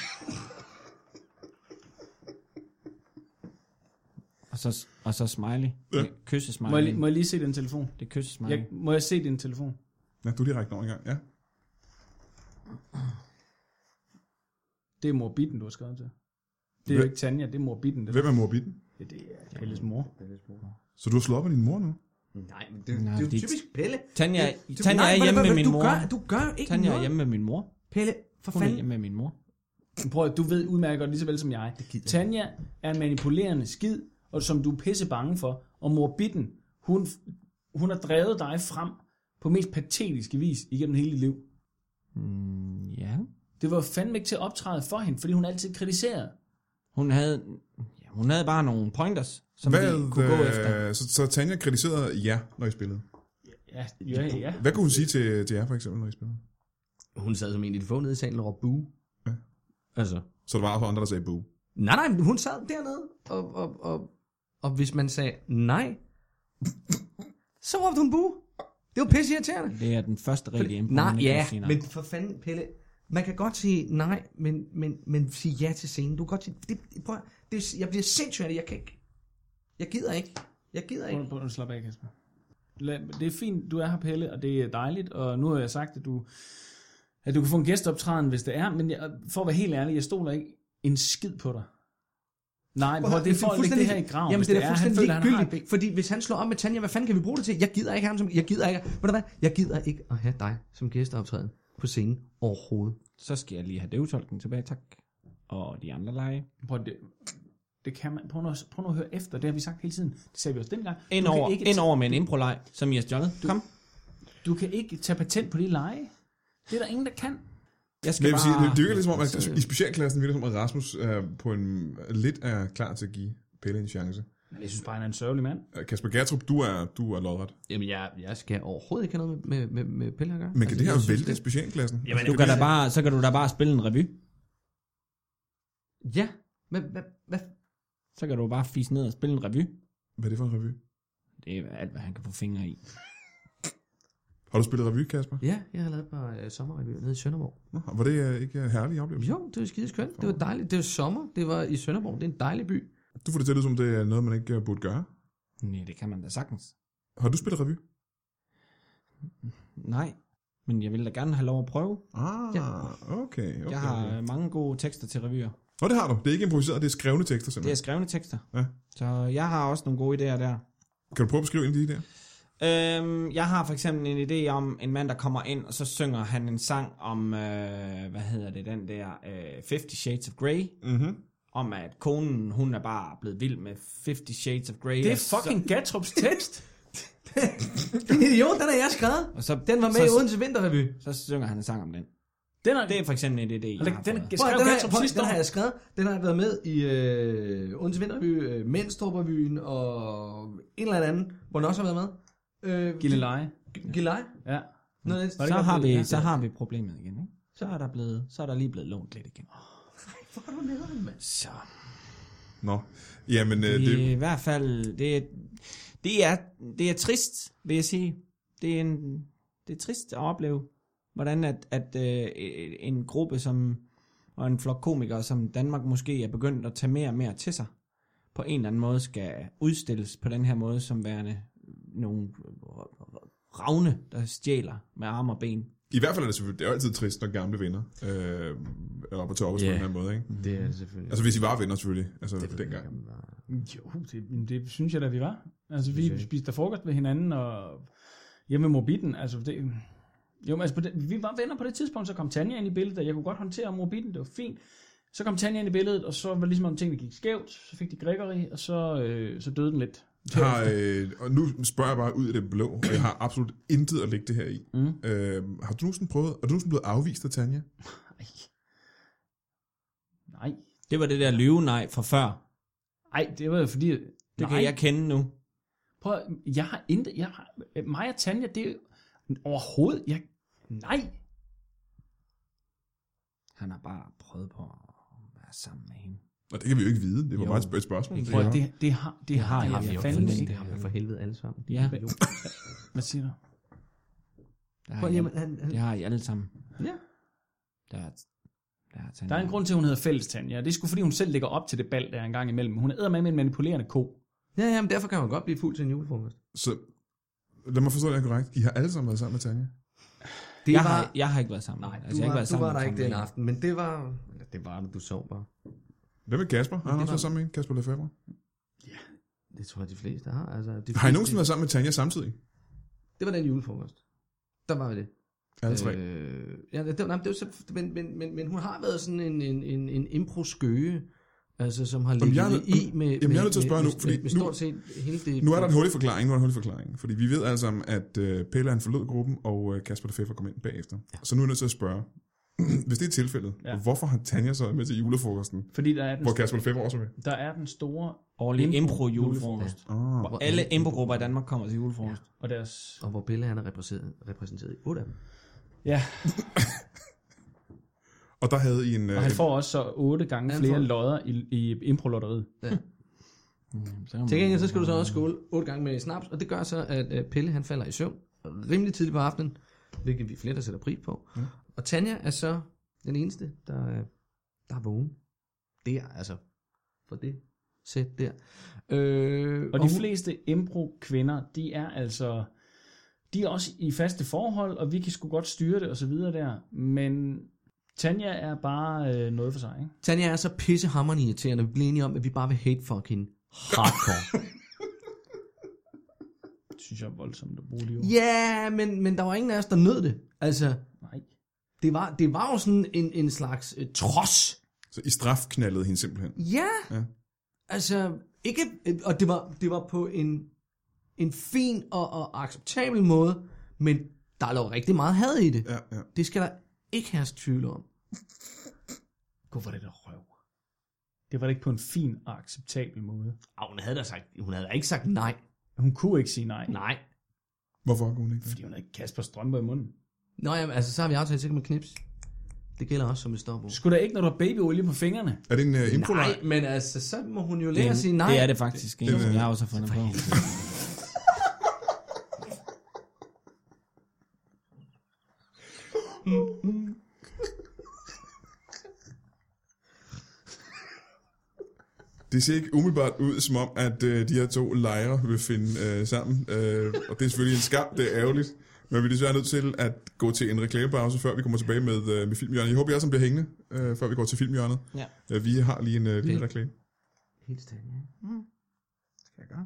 og, så, og så smiley. Ja. Kysse smiley. Må jeg, lige- må jeg lige se din telefon? Det er kysse smiley. Jeg, må jeg se din telefon? Ja, du er direkte over en gang. Ja. Det er mor Bitten, du har skrevet til. Det er jo Hvem- ikke Tanja, det er mor Bitten. Det, Hvem er mor Bitten? ja, det er Pelles mor. Så du har slået op med din mor nu? Nej, men det, Nej, det er jo fordi- typisk Pelle. Tanja, Det- Tanja nej, er hvad- hjemme hvad- med hvad- min du mor. Gør, du gør ikke Tanja er noget. hjemme med min mor. Pelle, for Hun er fanden. hjemme med min mor. Prøv at, du ved udmærket godt lige så vel som jeg. Tanja er en manipulerende skid, og som du er pisse bange for. Og mor Bitten, hun, hun har drevet dig frem på mest patetiske vis igennem hele dit liv. Mm, ja. Det var fandme ikke til at optræde for hende, fordi hun altid kritiserede. Hun havde, ja, hun havde bare nogle pointers, som Hvad, vi kunne gå efter. øh, så, så Tanja kritiserede jer, når I spillede. Ja, ja, ja. Hvad kunne hun sige til, til jer, for eksempel, når I spillede? Hun sad som en af de få nede i salen og råbte bue. Ja. Altså. Så der var også andre, der sagde boo. Nej, nej, men hun sad dernede, og, og, og, og hvis man sagde nej, så råbte hun bue. Det var pisse irriterende. Det er den første regel i impro. Nej, man ikke ja, kan sige nej. men for fanden, Pelle, man kan godt sige nej, men, men, men sige ja til scenen. Du kan godt sige, det, prøv, at- det, jeg bliver sindssygt af det, jeg kan ikke. Jeg gider ikke. Jeg gider ikke. Prøv, prøv at slappe af, Kasper. Lad- Det er fint, du er her, Pelle, og det er dejligt, og nu har jeg sagt, at du, at du kan få en gæsteoptræden, hvis det er, men jeg, for at være helt ærlig, jeg stoler ikke en skid på dig. Nej, men prøv, det er for at lægge det her i graven, Jamen, hvis det er det da er, han fuldstændig føler, han har et ligegyldigt, fordi hvis han slår op med Tanja, hvad fanden kan vi bruge det til? Jeg gider ikke ham som, jeg gider ikke, ved du hvad, jeg gider ikke at have dig som gæsteoptræden på scenen overhovedet. Så skal jeg lige have døvetolken tilbage, tak. Og de andre lege. Prøv, det, det kan man, prøv, nu, prøv nu at høre efter, det har vi sagt hele tiden. Det sagde vi også dengang. Ind Du kan over, ikke ind ta- over med en impro-leg, som I har stjålet. Kom. Du kan ikke tage patent på de lege. Det er der ingen, der kan. Jeg skal Men jeg vil sige, bare... det, det virker lidt som om, at i specialklassen virker det som om, at Rasmus er på en lidt er klar til at give Pelle en chance. Jeg synes bare, han er en sørgelig mand. Øh, Kasper Gertrup, du er, du er lodret. Jamen, jeg, jeg skal overhovedet ikke have noget med, med, med Pelle at gøre. Men kan det her jeg synes, vælte specialklassen? Jamen, du kan da bare, så kan du da bare spille en revy. Ja, men hvad, hvad? Så kan du bare fise ned og spille en revy. Hvad er det for en revy? Det er alt, hvad han kan få fingre i. Har du spillet revy, Kasper? Ja, jeg har lavet et par uh, sommerrevyer nede i Sønderborg. Nå, var det uh, ikke uh, herlig oplevelse? Jo, det var skide skønt. Det var dejligt. Det var sommer. Det var i Sønderborg. Det er en dejlig by. Du får det til at lyde som, det er noget, man ikke uh, burde gøre. Nej, det kan man da sagtens. Har du spillet revy? Nej, men jeg vil da gerne have lov at prøve. Ah, Ja. okay. okay Jeg har øh, mange gode tekster til revyer. Nå, det har du. Det er ikke improviseret, det er skrevne tekster Det er simpelthen. skrevne tekster. Ja. Så jeg har også nogle gode idéer der. Kan du prøve at beskrive en af de der? Øhm, jeg har for eksempel en idé om en mand, der kommer ind, og så synger han en sang om, øh, hvad hedder det, den der øh, Fifty Shades of Grey. Mhm. Om at konen, hun er bare blevet vild med Fifty Shades of Grey. Det er og så- fucking Gatrups tekst. Den idiot, den har jeg skrevet. Og så, Den var med så, i Odense Vinterrevy. Så synger han en sang om den. Den er, Det er for eksempel en idé, jeg den, har den, fået. den Prøv, skrev den, har, jeg- Gatrup prøv, sidste den år. har jeg skrevet. Den har jeg været med i øh, Odense Vinterrevy, øh, Menstrup-revyen og en eller anden, hvor den også har været med. Øh, Gilleleje. G- Gilleleje. Ja. Noget, af det. Var det Så ikke har, oplevet? vi, Ja. så har vi problemet igen, ikke? Så er der, blevet, så er der lige blevet lånt lidt igen. Hvor er du nederen, mand? Så Nå. Jamen, øh, det, det, i hvert fald, det er, det, er, det er trist, vil jeg sige. Det er, en, det er trist at opleve, hvordan at, at øh, en gruppe som, og en flok komikere, som Danmark måske er begyndt at tage mere og mere til sig, på en eller anden måde skal udstilles på den her måde, som værende nogle ravne, der stjæler med arme og ben. i hvert fald er det selvfølgelig, det er jo altid trist, når gamle venner øh, er oppe til Aarhus Ja. på den her måde, ikke? Det er det selvfølgelig. Altså hvis I var venner selvfølgelig, altså det dengang. Jo, det, det synes jeg da, vi var. Altså, vi synes jeg. spiste der frokost ved hinanden, og hjemme med morbitten, altså det... Jo, men altså, på det, vi var venner på det tidspunkt, så kom Tanja ind i billedet, og jeg kunne godt håndtere morbitten, det var fint. Så kom Tanja ind i billedet, og så var det ligesom, om tingene gik skævt, så fik de Gregory, og så, øh, så døde den lidt. Har, øh, og nu spørger jeg bare ud af det blå, og jeg har absolut intet at lægge det her i. Mm. Øh, har du nogensinde prøvet, er du nogensinde blevet afvist af Tanja? Ej. Nej. Det var det der lyvenej fra før. Ej, det var jo fordi... Det nej. kan jeg kende nu. Prøv, at- jeg har intet... Jeg har, mig og Tanja, det er overhovedet... Jeg, nej. Han har bare prøvet på at være sammen med hende. Og det kan vi jo ikke vide, det var Jo. bare et sp- et spørgsmål. Prøv, at- det, det har, det har, Det har jeg, vi jo fandme for, ikke. det har vi for helvede alle sammen. Ja. Jo. Hvad siger du? Det har, Prøv, I, jamen, alle, han, han, det har I alle sammen. ja. Der er, der er, Der er en grund til, at hun hedder Fælles Tanja. Det er sgu fordi, hun selv lægger op til det bal, der er en gang imellem. Hun er med med en manipulerende ko. Ja, ja, men derfor kan man godt blive fuld til en julefrokost. Så lad mig forstå det her korrekt. I har alle sammen været sammen med Tanja? Det jeg, var, har, jeg har ikke været sammen. nej, Altså, du, jeg har ikke var, været du sammen var der med ikke den Tom Ring. aften, men det var, eller det var det, du sov bare. Hvad med Kasper? Har han det også var- været sammen med en? Kasper Lefebvre? Det tror jeg, de fleste har. Altså, de Har I fleste- nogensinde været sammen med Tanja samtidig? Det var den julefrokost. Der var vi det. Alle tre? Øh, ja, det, det, nej, det var så, men, men, men, men hun har været sådan en, en, en, en impro-skøge, altså, som har ligget jeg er nød- i med, Jamen, jeg er nødt til at spørge med, nu, fordi med, med nu- stort set hele det. Nu er der en hul i forklaring, nu er der en hul i forklaring. Fordi vi ved alle sammen, at uh, Pelle han forlod gruppen, og uh, Kasper Lefebvre kom ind bagefter. Ja. Så nu er jeg nødt til at spørge, hvis det er tilfældet, Ja. ja. hvorfor har Tanja så været med til julefrokosten, Fordi der er den, hvor Kasper Lefebvre også er med? der er den store Årlig impro julefrokost. Ah. Hvor alle impro-grupper i Danmark kommer til julefrokost. og deres... Og hvor Bella han er repræsenteret, repræsenteret i otte af dem. Ja, Og der havde I en... Uh, og han får også så otte gange Han flere får- lodder i, i impro-lotteriet. Til gengæld så skal du så også skåle otte gange med snaps, og det gør så, at øh, Pelle han falder i søvn rimelig tidligt på aftenen, hvilket vi flere der sætter pris på. Ja. Og Tanja er så den eneste, der, øh, der er vågen. Det er altså for det sæt der. Øh, Og de hun- fleste impro-kvinder, de er altså... De er også i faste forhold, og vi kan sgu godt styre det og så videre der. Men Tanja er bare øh, noget for sig, ikke? Tanja er så pissehammerende irriterende, vi bliver enige om, at vi bare vil hate fuck hende hardcore. Det synes jeg er voldsomt at bruge de ord. Ja, men, men der var ingen af os, der nød det. Altså, Nej. det var, det var jo sådan en, en slags uh, trods. Så I strafknaldede hende simpelthen. Ja. Ja. Altså, ikke, og det var, det var på en, en fin og, og acceptabel måde, men der lå rigtig meget had i det. Ja, ja. Det skal der ikke have tvivl om. Gud, hvor er det der røv. det var det ikke på en fin og acceptabel måde. Og hun havde da sagt, hun havde da ikke sagt nej. Hun kunne ikke sige nej, Nej. Hvorfor kunne hun ikke det? fordi hun havde Kasper strømper i munden. Nå, jamen, altså, så har vi aftalt, så kan man knips. Det gælder også som et stopord. Skulle da ikke, når du har babyolie på fingrene? Er det en uh, info Nej, men altså, så må hun jo lære at sige nej. Det er det faktisk, ikke, Det- som jeg også har fundet på. Det ser ikke umiddelbart ud, som om, at øh, de her to lejre vil finde øh, sammen. Øh, og det er selvfølgelig en skam, det er ærgerligt. Men vi er desværre nødt til at gå til en reklamepause, før vi kommer tilbage med, øh, med filmhjørnet. Jeg håber, jeg som bliver hængende, øh, før vi går til filmhjørnet. Ja. Øh, vi har lige en øh, lille Okay. reklame. Helt stille, ja. Skal jeg gøre?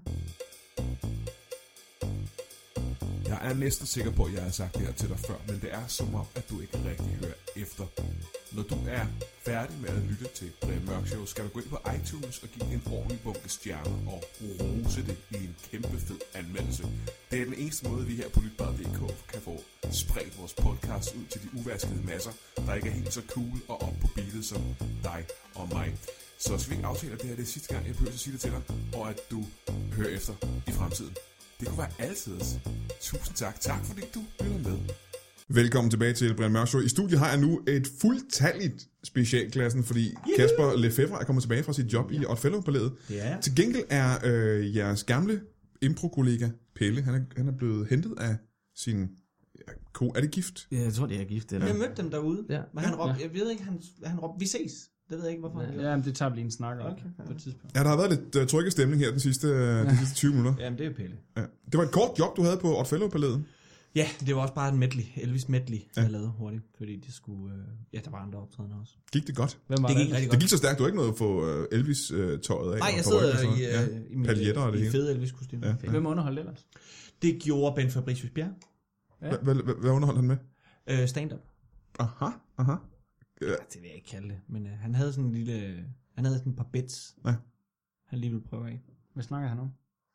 Jeg er næsten sikker på, at jeg har sagt det her til dig før, men det er som om, at du ikke rigtig hører efter. Når du er færdig med at lytte til Brian Mørk Show, skal du gå ind på iTunes og give en ordentlig bunke stjerner og rose det i en kæmpe fed anmeldelse. Det er den eneste måde, vi her på Lytbar punktum d k kan få spredt vores podcast ud til de uvaskede masser, der ikke er helt så cool og op på beatet som dig og mig. Så skal vi ikke aftale, at det her det er sidste gang, jeg behøver at sige det til dig, og at du hører efter i fremtiden. Det kunne være altid. Tusind tak. Tak fordi du lytter med. Velkommen tilbage til Brian Mørk Show. I studiet har jeg nu et fuldtalligt specialklassen, fordi Kasper Lefebvre er kommet tilbage fra sit job i Oddfellow-palæet. Det er jeg. Til gengæld er øh, jeres gamle impro-kollega Pelle, han er, han er blevet hentet af sin ja, ko. Er det gift? Ja, jeg tror, det er gift. Eller? Jeg mødte dem derude, Ja. men han råbte, jeg ved ikke, han, han råbte, vi ses. Det ved jeg ikke, hvorfor han gjorde. Ja, men det tager vi lige en snak om Okay, på et tidspunkt. Ja, der har været lidt uh, trygge stemning her de sidste, uh, de sidste tyve minutter. Jamen, det er Pelle. Ja. Det var et kort job, du havde på Oddfellow-palæet. Ja, det var også bare en medley, Elvis medley, ja. Jeg lavede hurtigt, fordi det skulle, øh, ja, der var andre optrædener også. Gik det godt? Hvem var Det det? gik rigtig Det godt. gik så stærkt, du har ikke noget at få uh, Elvis-tøjet af. Nej, og jeg på ryggen og sidder sådan i, noget. øh, Ja. i, min, Paljetter og det i hele. fede Elvis-kostyme. Ja, Ja. Hvem underholdt ellers? Det gjorde Ben Fabricius Bjerg, Hvad, hvad, hvad, hvad underholdt han med? øh, stand-up. Aha, aha. Ja, det vil jeg ikke kalde det, men øh, han havde sådan en lille, han havde sådan et par bits, Ja. han lige ville prøve af. Hvad snakker han om?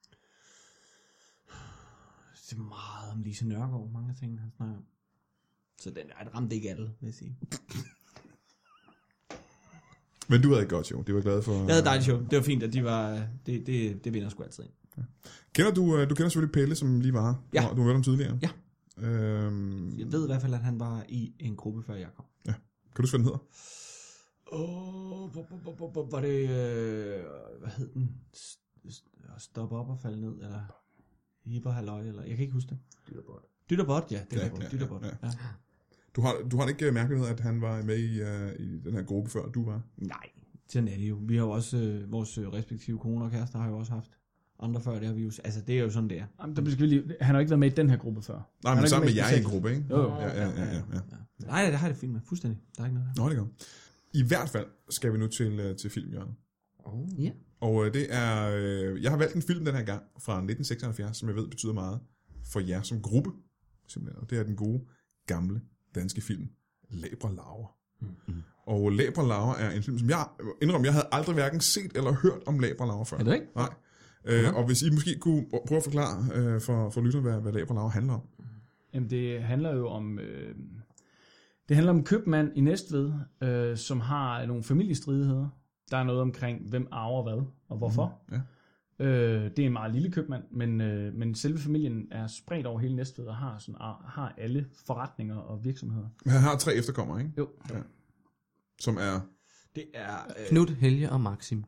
Det er meget om Lise Nørgaard, mange af tingene, han snakker om. Så den ej, ramte ikke alle, vil jeg sige. Men du havde et godt show, det var jeg glad for. Jeg havde et dejligt show, det var fint, at de var, det, det, det vinder sgu altid ind. Kender du, uh, du kender selvfølgelig Pelle, som lige var her. Ja. Du har- Du har mødt ham tidligere. Ja. Øhm, Jeg ved i hvert fald, at han var i en gruppe, før jeg kom. kan du huske, hvad den hedder? Åh, oh, var det, øh, hvad hed den? Stop op og falde ned, eller Hipper Halløj, eller jeg kan ikke huske det. Dytterbot. Dytterbot, ja, det Ja, er ja, ja, Dytterbot. ja, Ja, ja. ja. Du har, du har ikke mærket noget, at han var med i, uh, i den her gruppe, før du var? Nej, sådan er det jo. Vi har jo også, øh, vores øh, respektive koner og kærester har jo også haft andre før, det har vi jo, altså det er jo sådan, det er. Jamen, der skal vi lige, han har ikke været med i den her gruppe før. Nej, Han men er sammen med ikke jer i en specielt. gruppe, ikke? Jo, jo. Ja, ja, ja, ja, ja. Ja. Nej, det har jeg det fint med, fuldstændig. Der er ikke noget der. Nå, det er godt. I hvert fald skal vi nu til, uh, til filmhjørnet. Ja. Og uh, det er, uh, jeg har valgt en film den her gang fra nitten seksoghalvfjerds, som jeg ved betyder meget for jer som gruppe. Simpelthen. Og det er den gode, gamle danske film, Labre Laver. Mm-hmm. Og Labre Laver er en film, som jeg indrømmer, jeg havde aldrig hverken set eller hørt om Labre Laver før. Er det ikke? Nej. Øh, og hvis I måske kunne prøve at forklare øh, for, for lytterne, hvad, hvad Labre Laver handler om. Jamen, det handler jo om... Øh, det handler om en købmand i Næstved, øh, som har nogle familiestridigheder. Der er noget omkring, hvem arver hvad, og hvorfor. Mm, ja. Øh, det er en meget lille købmand, men, øh, men selve familien er spredt over hele Næstved og har, sådan, har alle forretninger og virksomheder. Men han har tre efterkommere, ikke? Jo. Ja. Som er... Det er... Øh, Knud, Helge og Maxim.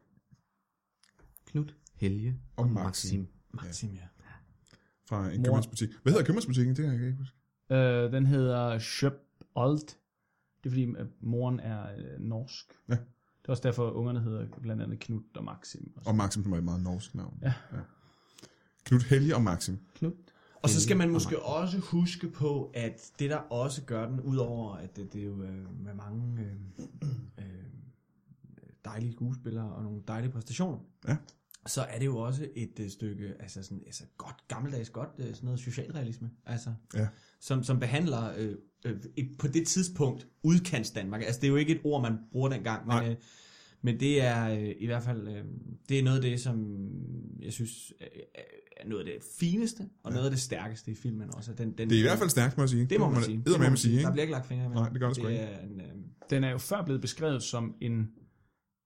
Knud, Helge og, Og Maxim. Maxim. Maxim, ja. fra en Mor. købmandsbutik. Hvad hedder købmandsbutikken? Det kan jeg ikke huske. Øh, den hedder Schøp Old. Det er fordi, at moren er øh, norsk. Ja. Det er også derfor, at ungerne hedder blandt andet Knud og Maxim. Og Og Maxim, som er et meget norsk navn. Ja. ja. Knud Helge og Maxim. Knud. Og så skal man måske også huske på, at det der også gør den, udover at det, det er jo øh, med mange øh, øh, dejlige skuespillere og nogle dejlige præstationer, Ja. så er det jo også et øh, stykke, altså sådan, altså godt, gammeldags godt, øh, sådan noget socialrealisme, altså, Ja. som, som behandler øh, øh, et, på det tidspunkt udkants Danmark. Altså det er jo ikke et ord, man bruger dengang, men, øh, men det er øh, i hvert fald, øh, det er noget af det, som jeg synes øh, er noget af det fineste, og ja. noget af det stærkeste i filmen også. Den, den, Det er i hvert fald stærkt, må jeg sige. det må man sige. Det må man sige, Der ikke? bliver ikke lagt fingre med. Nej, det gør det sgu ikke. er en, øh, Den er jo før blevet beskrevet som en,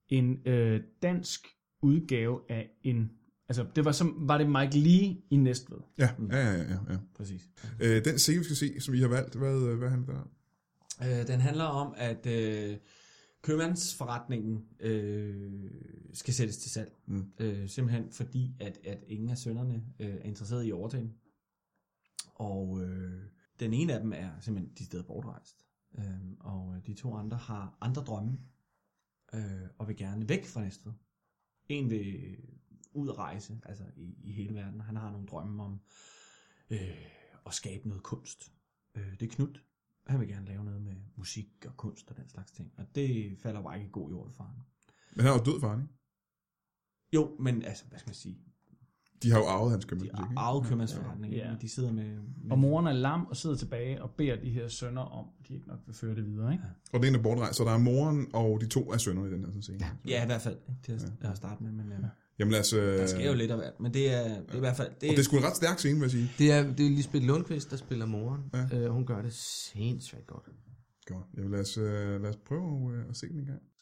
en øh, dansk udgave af en... Altså, det var, som, var det Mike Lee i Næstved. Ja, ja, ja, ja, ja. Præcis. Øh, den scene, vi skal se, som I har valgt, hvad, hvad handler det om? Øh, den handler om, at øh, købmandsforretningen øh, skal sættes til salg. Mm. Øh, simpelthen fordi, at, at ingen af sønnerne øh, er interesseret i at overtage den. Og øh, den ene af dem er simpelthen de steder bortrejst. Øh, og de to andre har andre drømme, øh, og vil gerne væk fra Næstved. En vil ud at rejse, altså i, i hele verden. Han har nogle drømme om øh, at skabe noget kunst. Øh, det er Knut. Han vil gerne lave noget med musik og kunst og den slags ting. Og det falder bare ikke i god jord for ham. Men han er jo død, far, ikke? Jo, men altså, hvad skal man sige? De har jo arvet hans De købmandsbutik, har ikke? arvet købmandsforretningen. Ja. De sidder med... med Og moren er lam og sidder tilbage og beder de her sønner om, at de ikke nok vil føre det videre, ikke? Og den er bortrejst, så der er moren og de to af sønnerne i den her sådan scene. Ja. Ja, i hvert fald. Ikke, til at, ja. at starte med, men... Øh, Jamen lad os... Øh... der sker jo lidt af hvert. Men det er, det er i hvert fald... Det, Og det er sgu en ret stærk scene, vil jeg sige. Det er, det er Lisbeth Lundqvist, der spiller moren. Ja. Øh, hun gør det sindssygt godt. Godt. Jamen lad os, øh, lad os prøve øh, at se den en gang.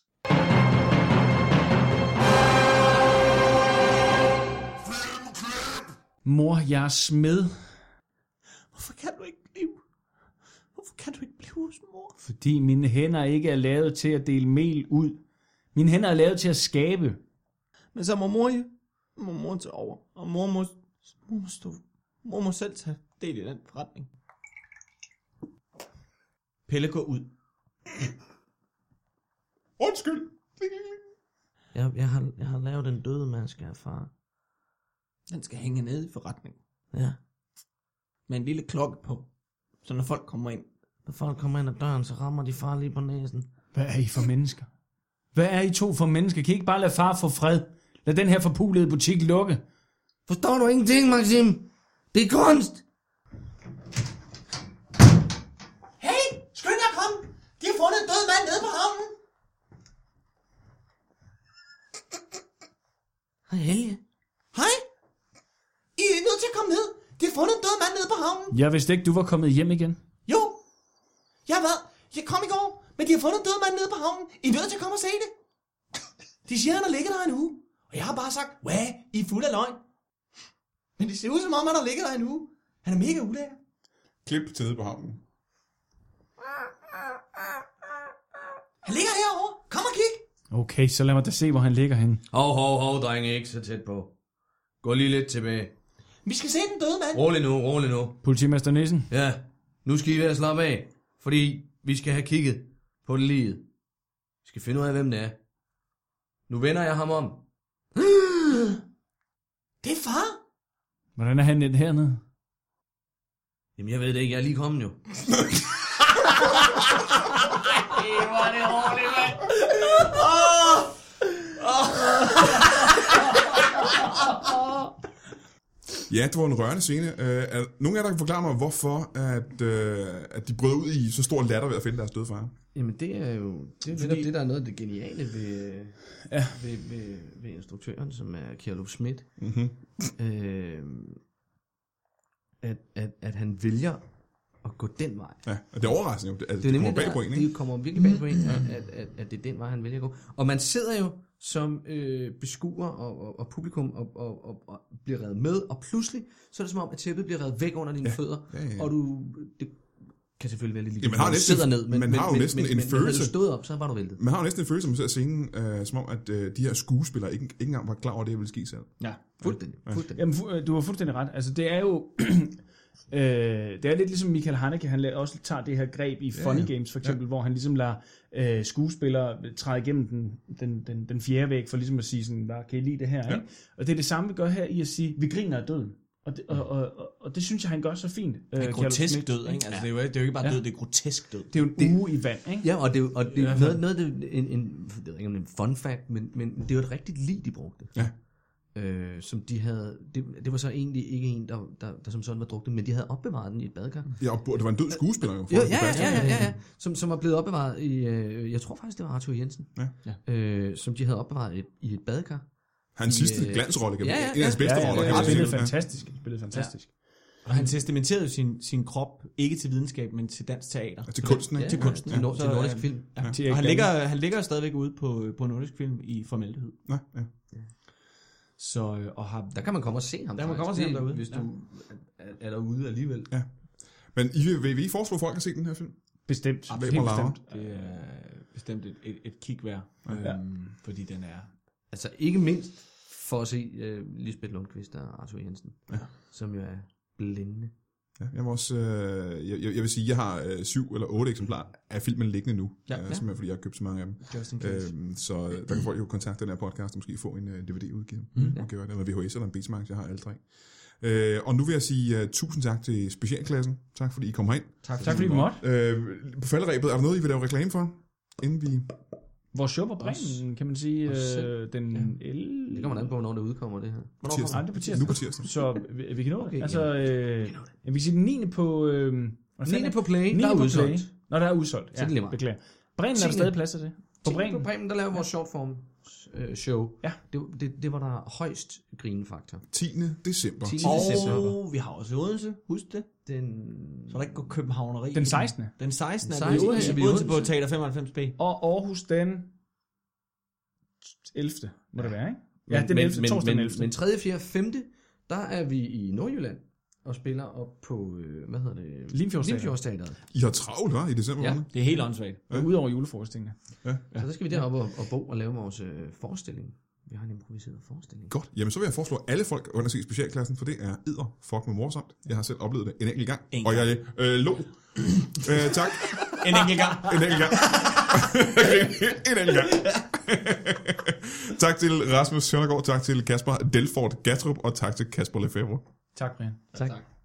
Mor, jeg er smed, Hvorfor kan du ikke blive... Hvorfor kan du ikke blive hos mor? fordi mine hænder ikke er lavet til at dele mel ud. Mine hænder er lavet til at skabe. Men så må mor jo... Må mor tage over. Og mor må... Mor må, stå, mor må selv tage del i den forretning. Pelle går ud. Undskyld! Jeg, jeg, har, jeg har lavet en døde maske af far. Den skal hænge nede i forretningen. Ja. Med en lille klokke på. Så når folk kommer ind... Når folk kommer ind ad døren, så rammer de far lige på næsen. Hvad er I for mennesker? Hvad er I to for mennesker? Kan I ikke bare lade far få fred? Lad den her forpulede butik lukke. Forstår du ingenting, Maxim? Det er kunst! Hey! Skynd jer, kom! De har fundet en død mand nede på havnen! Hej, Helge. Hej! I er nødt til at komme ned. De har fundet en død mand nede på havnen. Jeg vidste ikke, du var kommet hjem igen. Jo! Jeg har været... Jeg kom i går, men de har fundet en død mand nede på havnen. I er nødt til at komme og se det. De siger, han har ligget der en uge. Og jeg har bare sagt, hvad? I er fuld af løgn. Men det ser ud som om, han har ligget der en uge. Han er mega ulækker. Klip til nede på havnen. Han ligger herovre. Kom og kig. Okay, så lad mig da se, hvor han ligger henne. Hov, hov, hov, drenge, ikke så tæt på. Gå lige lidt tilbage. Vi skal se den døde mand. Rolig nu, rolig nu. Politimester Nissen. Ja, nu skal I være slappe af, fordi vi skal have kigget på det liget. Vi skal finde ud af, hvem det er. Nu vender jeg ham om. Det er far. Hvordan er han lidt hernede? Jamen, jeg ved det ikke, jeg er lige kommet jo. Ja, det var en rørende scene. Uh, er nogen af jer, der kan forklare mig, hvorfor at, uh, at de brød ud i så stor latter ved at finde deres døde far? Jamen, det er jo det, er netop det, der er noget af det geniale ved, Ja. ved, ved, ved instruktøren, som er Kjærluf Schmidt. Mm-hmm. Øh, at, at, at han vælger at gå den vej. Ja, og det er overraskende jo. Det, Det det er kommer nemlig bag på en, der, ikke? det kommer virkelig bag på en, at, at, at, at det er den vej, han vælger at gå. Og man sidder jo som øh, beskuer og, og, og publikum og, og, og, og bliver revet med, og pludselig så er det som om, at tæppet bliver revet væk under dine ja. fødder, Ja, ja, ja. og du... Det kan selvfølgelig være lidt lige, Ja, man har når du næsten- sidder ned, men, man men, har jo men, næsten men, en men, men følelse. havde du stået op, så var du væltet. Man har jo næsten en følelse, når man ser scenen, uh, som om, at uh, de her skuespillere ikke, ikke engang var klar over, at det ville ske selv. Ja. Fuldstændig. fuldstændig. Jamen, fu- øh, du har fuldstændig ret. Altså, det er jo... øh, det er lidt ligesom Michael Haneke, han la- også tager det her greb i Funny ja. Games, for eksempel, ja. hvor han ligesom lader øh, skuespillere træde igennem den, den, den, den fjerde væg, for ligesom at sige sådan, hvad kan I lide det her, Ja. ikke? Og det er det samme, vi gør her i at sige, vi griner af døden. Og det, og, og, og, og det synes jeg, han gør så fint. Det øh, er Kjell grotesk Schmidt. død, ikke? Altså, det, er jo, det er jo ikke bare Ja. død, det er grotesk død. Det er jo en uge i vand, ikke? Ja, og det er jo og det er Ja. jo noget, noget af det, en, en, jeg ved ikke, om det er en fun fact, men, men det er jo et rigtigt lig, de brugte. Ja. Øh, som de havde, det, det var så egentlig ikke en, der, der, der som sådan var druknet, men de havde opbevaret den i et badekar. Ja, og det var en død skuespiller jo. For Ja, at ja, kunne passe ja, det. ja, ja, ja, som, som var blevet opbevaret i, øh, jeg tror faktisk, det var Arthur Jensen, Ja. øh, som de havde opbevaret i, i et badekar. Hans I, sidste øh, glansrolle, kan man ja, ja, en af hans ja. bedste Ja, ja, roller. ja, kan man det sige. spillede Ja. fantastisk. Det spillede fantastisk. Og han testamenterede sin, sin krop, ikke til videnskab, men til dansk teater. Til kunsten, ikke? Ja, Til kunsten. Til, nord, Så, til nordisk øh, film. Ja. Til Og han Erik ligger, han ligger stadigvæk ude på, på nordisk film i formaldehyd. Ja, ja. Så, øh, og har, Der kan man komme og se ham. Der kan man komme og se faktisk, ham derude. Hvis du er, er derude alligevel. Ja. Men I, vil, vil I foreslå folk at se den her film? Bestemt. Hvem Helt og Lara? bestemt. det er bestemt et, et, et kig værd, Ja. øhm, fordi den er... Altså ikke mindst for at se uh, Lisbeth Lundqvist og Arthur Jensen, Ja. som jo er blændende. Ja, jeg, må også, øh, jeg, jeg vil sige, at jeg har øh, syv eller otte eksemplarer af filmen liggende nu. Ja. øh, simpelthen fordi jeg har købt så mange af dem. Just in case. Øhm, så der kan folk jo kontakte den her podcast og måske få en uh, D V D-udgave. Mm. Mm. Okay, eller V H S eller en Betamax, jeg har alle tre. Øh, og nu vil jeg sige uh, tusind tak til specialklassen. Tak fordi I kom herind. Tak, Tak fordi vi måtte. Øh, på falderæbet, er der noget, I vil lave reklame for? Inden vi... Vores show på Bremen, kan man sige, Os selv. øh, den elleve... Det kommer an på, hvornår det udkommer, det her. På tirsdag. Nej, det er på tirsdag. Nu på tirsdag. Så vi, vi kan nå det. Okay, altså, øh, vi kan sige den niende på... Øh, niende på Play, niende der er på udsolgt. Play. Nå, der er udsolgt. Så det er lige meget. beklager. Bremen er der tiende stadig plads til det. På Bremen. Bremen. På Bremen, der laver vores shortform øh, show. Ja. Det, det, det var der højst grinefaktor. tiende december. tiende december. Og vi har også Odense, husk det. Den... Så der ikke går københavneri. Den sekstende. Den sekstende Den er vi i sekstende Odense, er vi i Odense på Odense. Teater femoghalvfems B. Og Aarhus den ellevte må det være, ikke? Ja, Men- den men- ellevte, men- torsdag den men- ellevte. Men tredje, fjerde, femte, der er vi i Nordjylland og spiller op på, øh, hvad hedder det? Limfjordsteatret. Limfjordsteatret. I har travlt, hva', i december? Ja. måned? Det er helt åndssvagt. Ja. Udover julefrokosttingene. Så der skal vi derop og, og bo og lave vores øh, forestilling. Vi har en improviseret forestilling. Godt. Jamen, så vil jeg foreslå at alle folk under se specialklassen, for det er edder fuck med morsomt. Jeg har selv oplevet det en enkelt gang. En og gang. jeg øh, lå. øh, tak. En enkelt gang. En enkelt gang. en enkelt gang. Tak til Rasmus Søndergaard, tak til Kasper Delfort Gatrup, og tak til Kasper Lefebvre. Tak, Brian. Tak.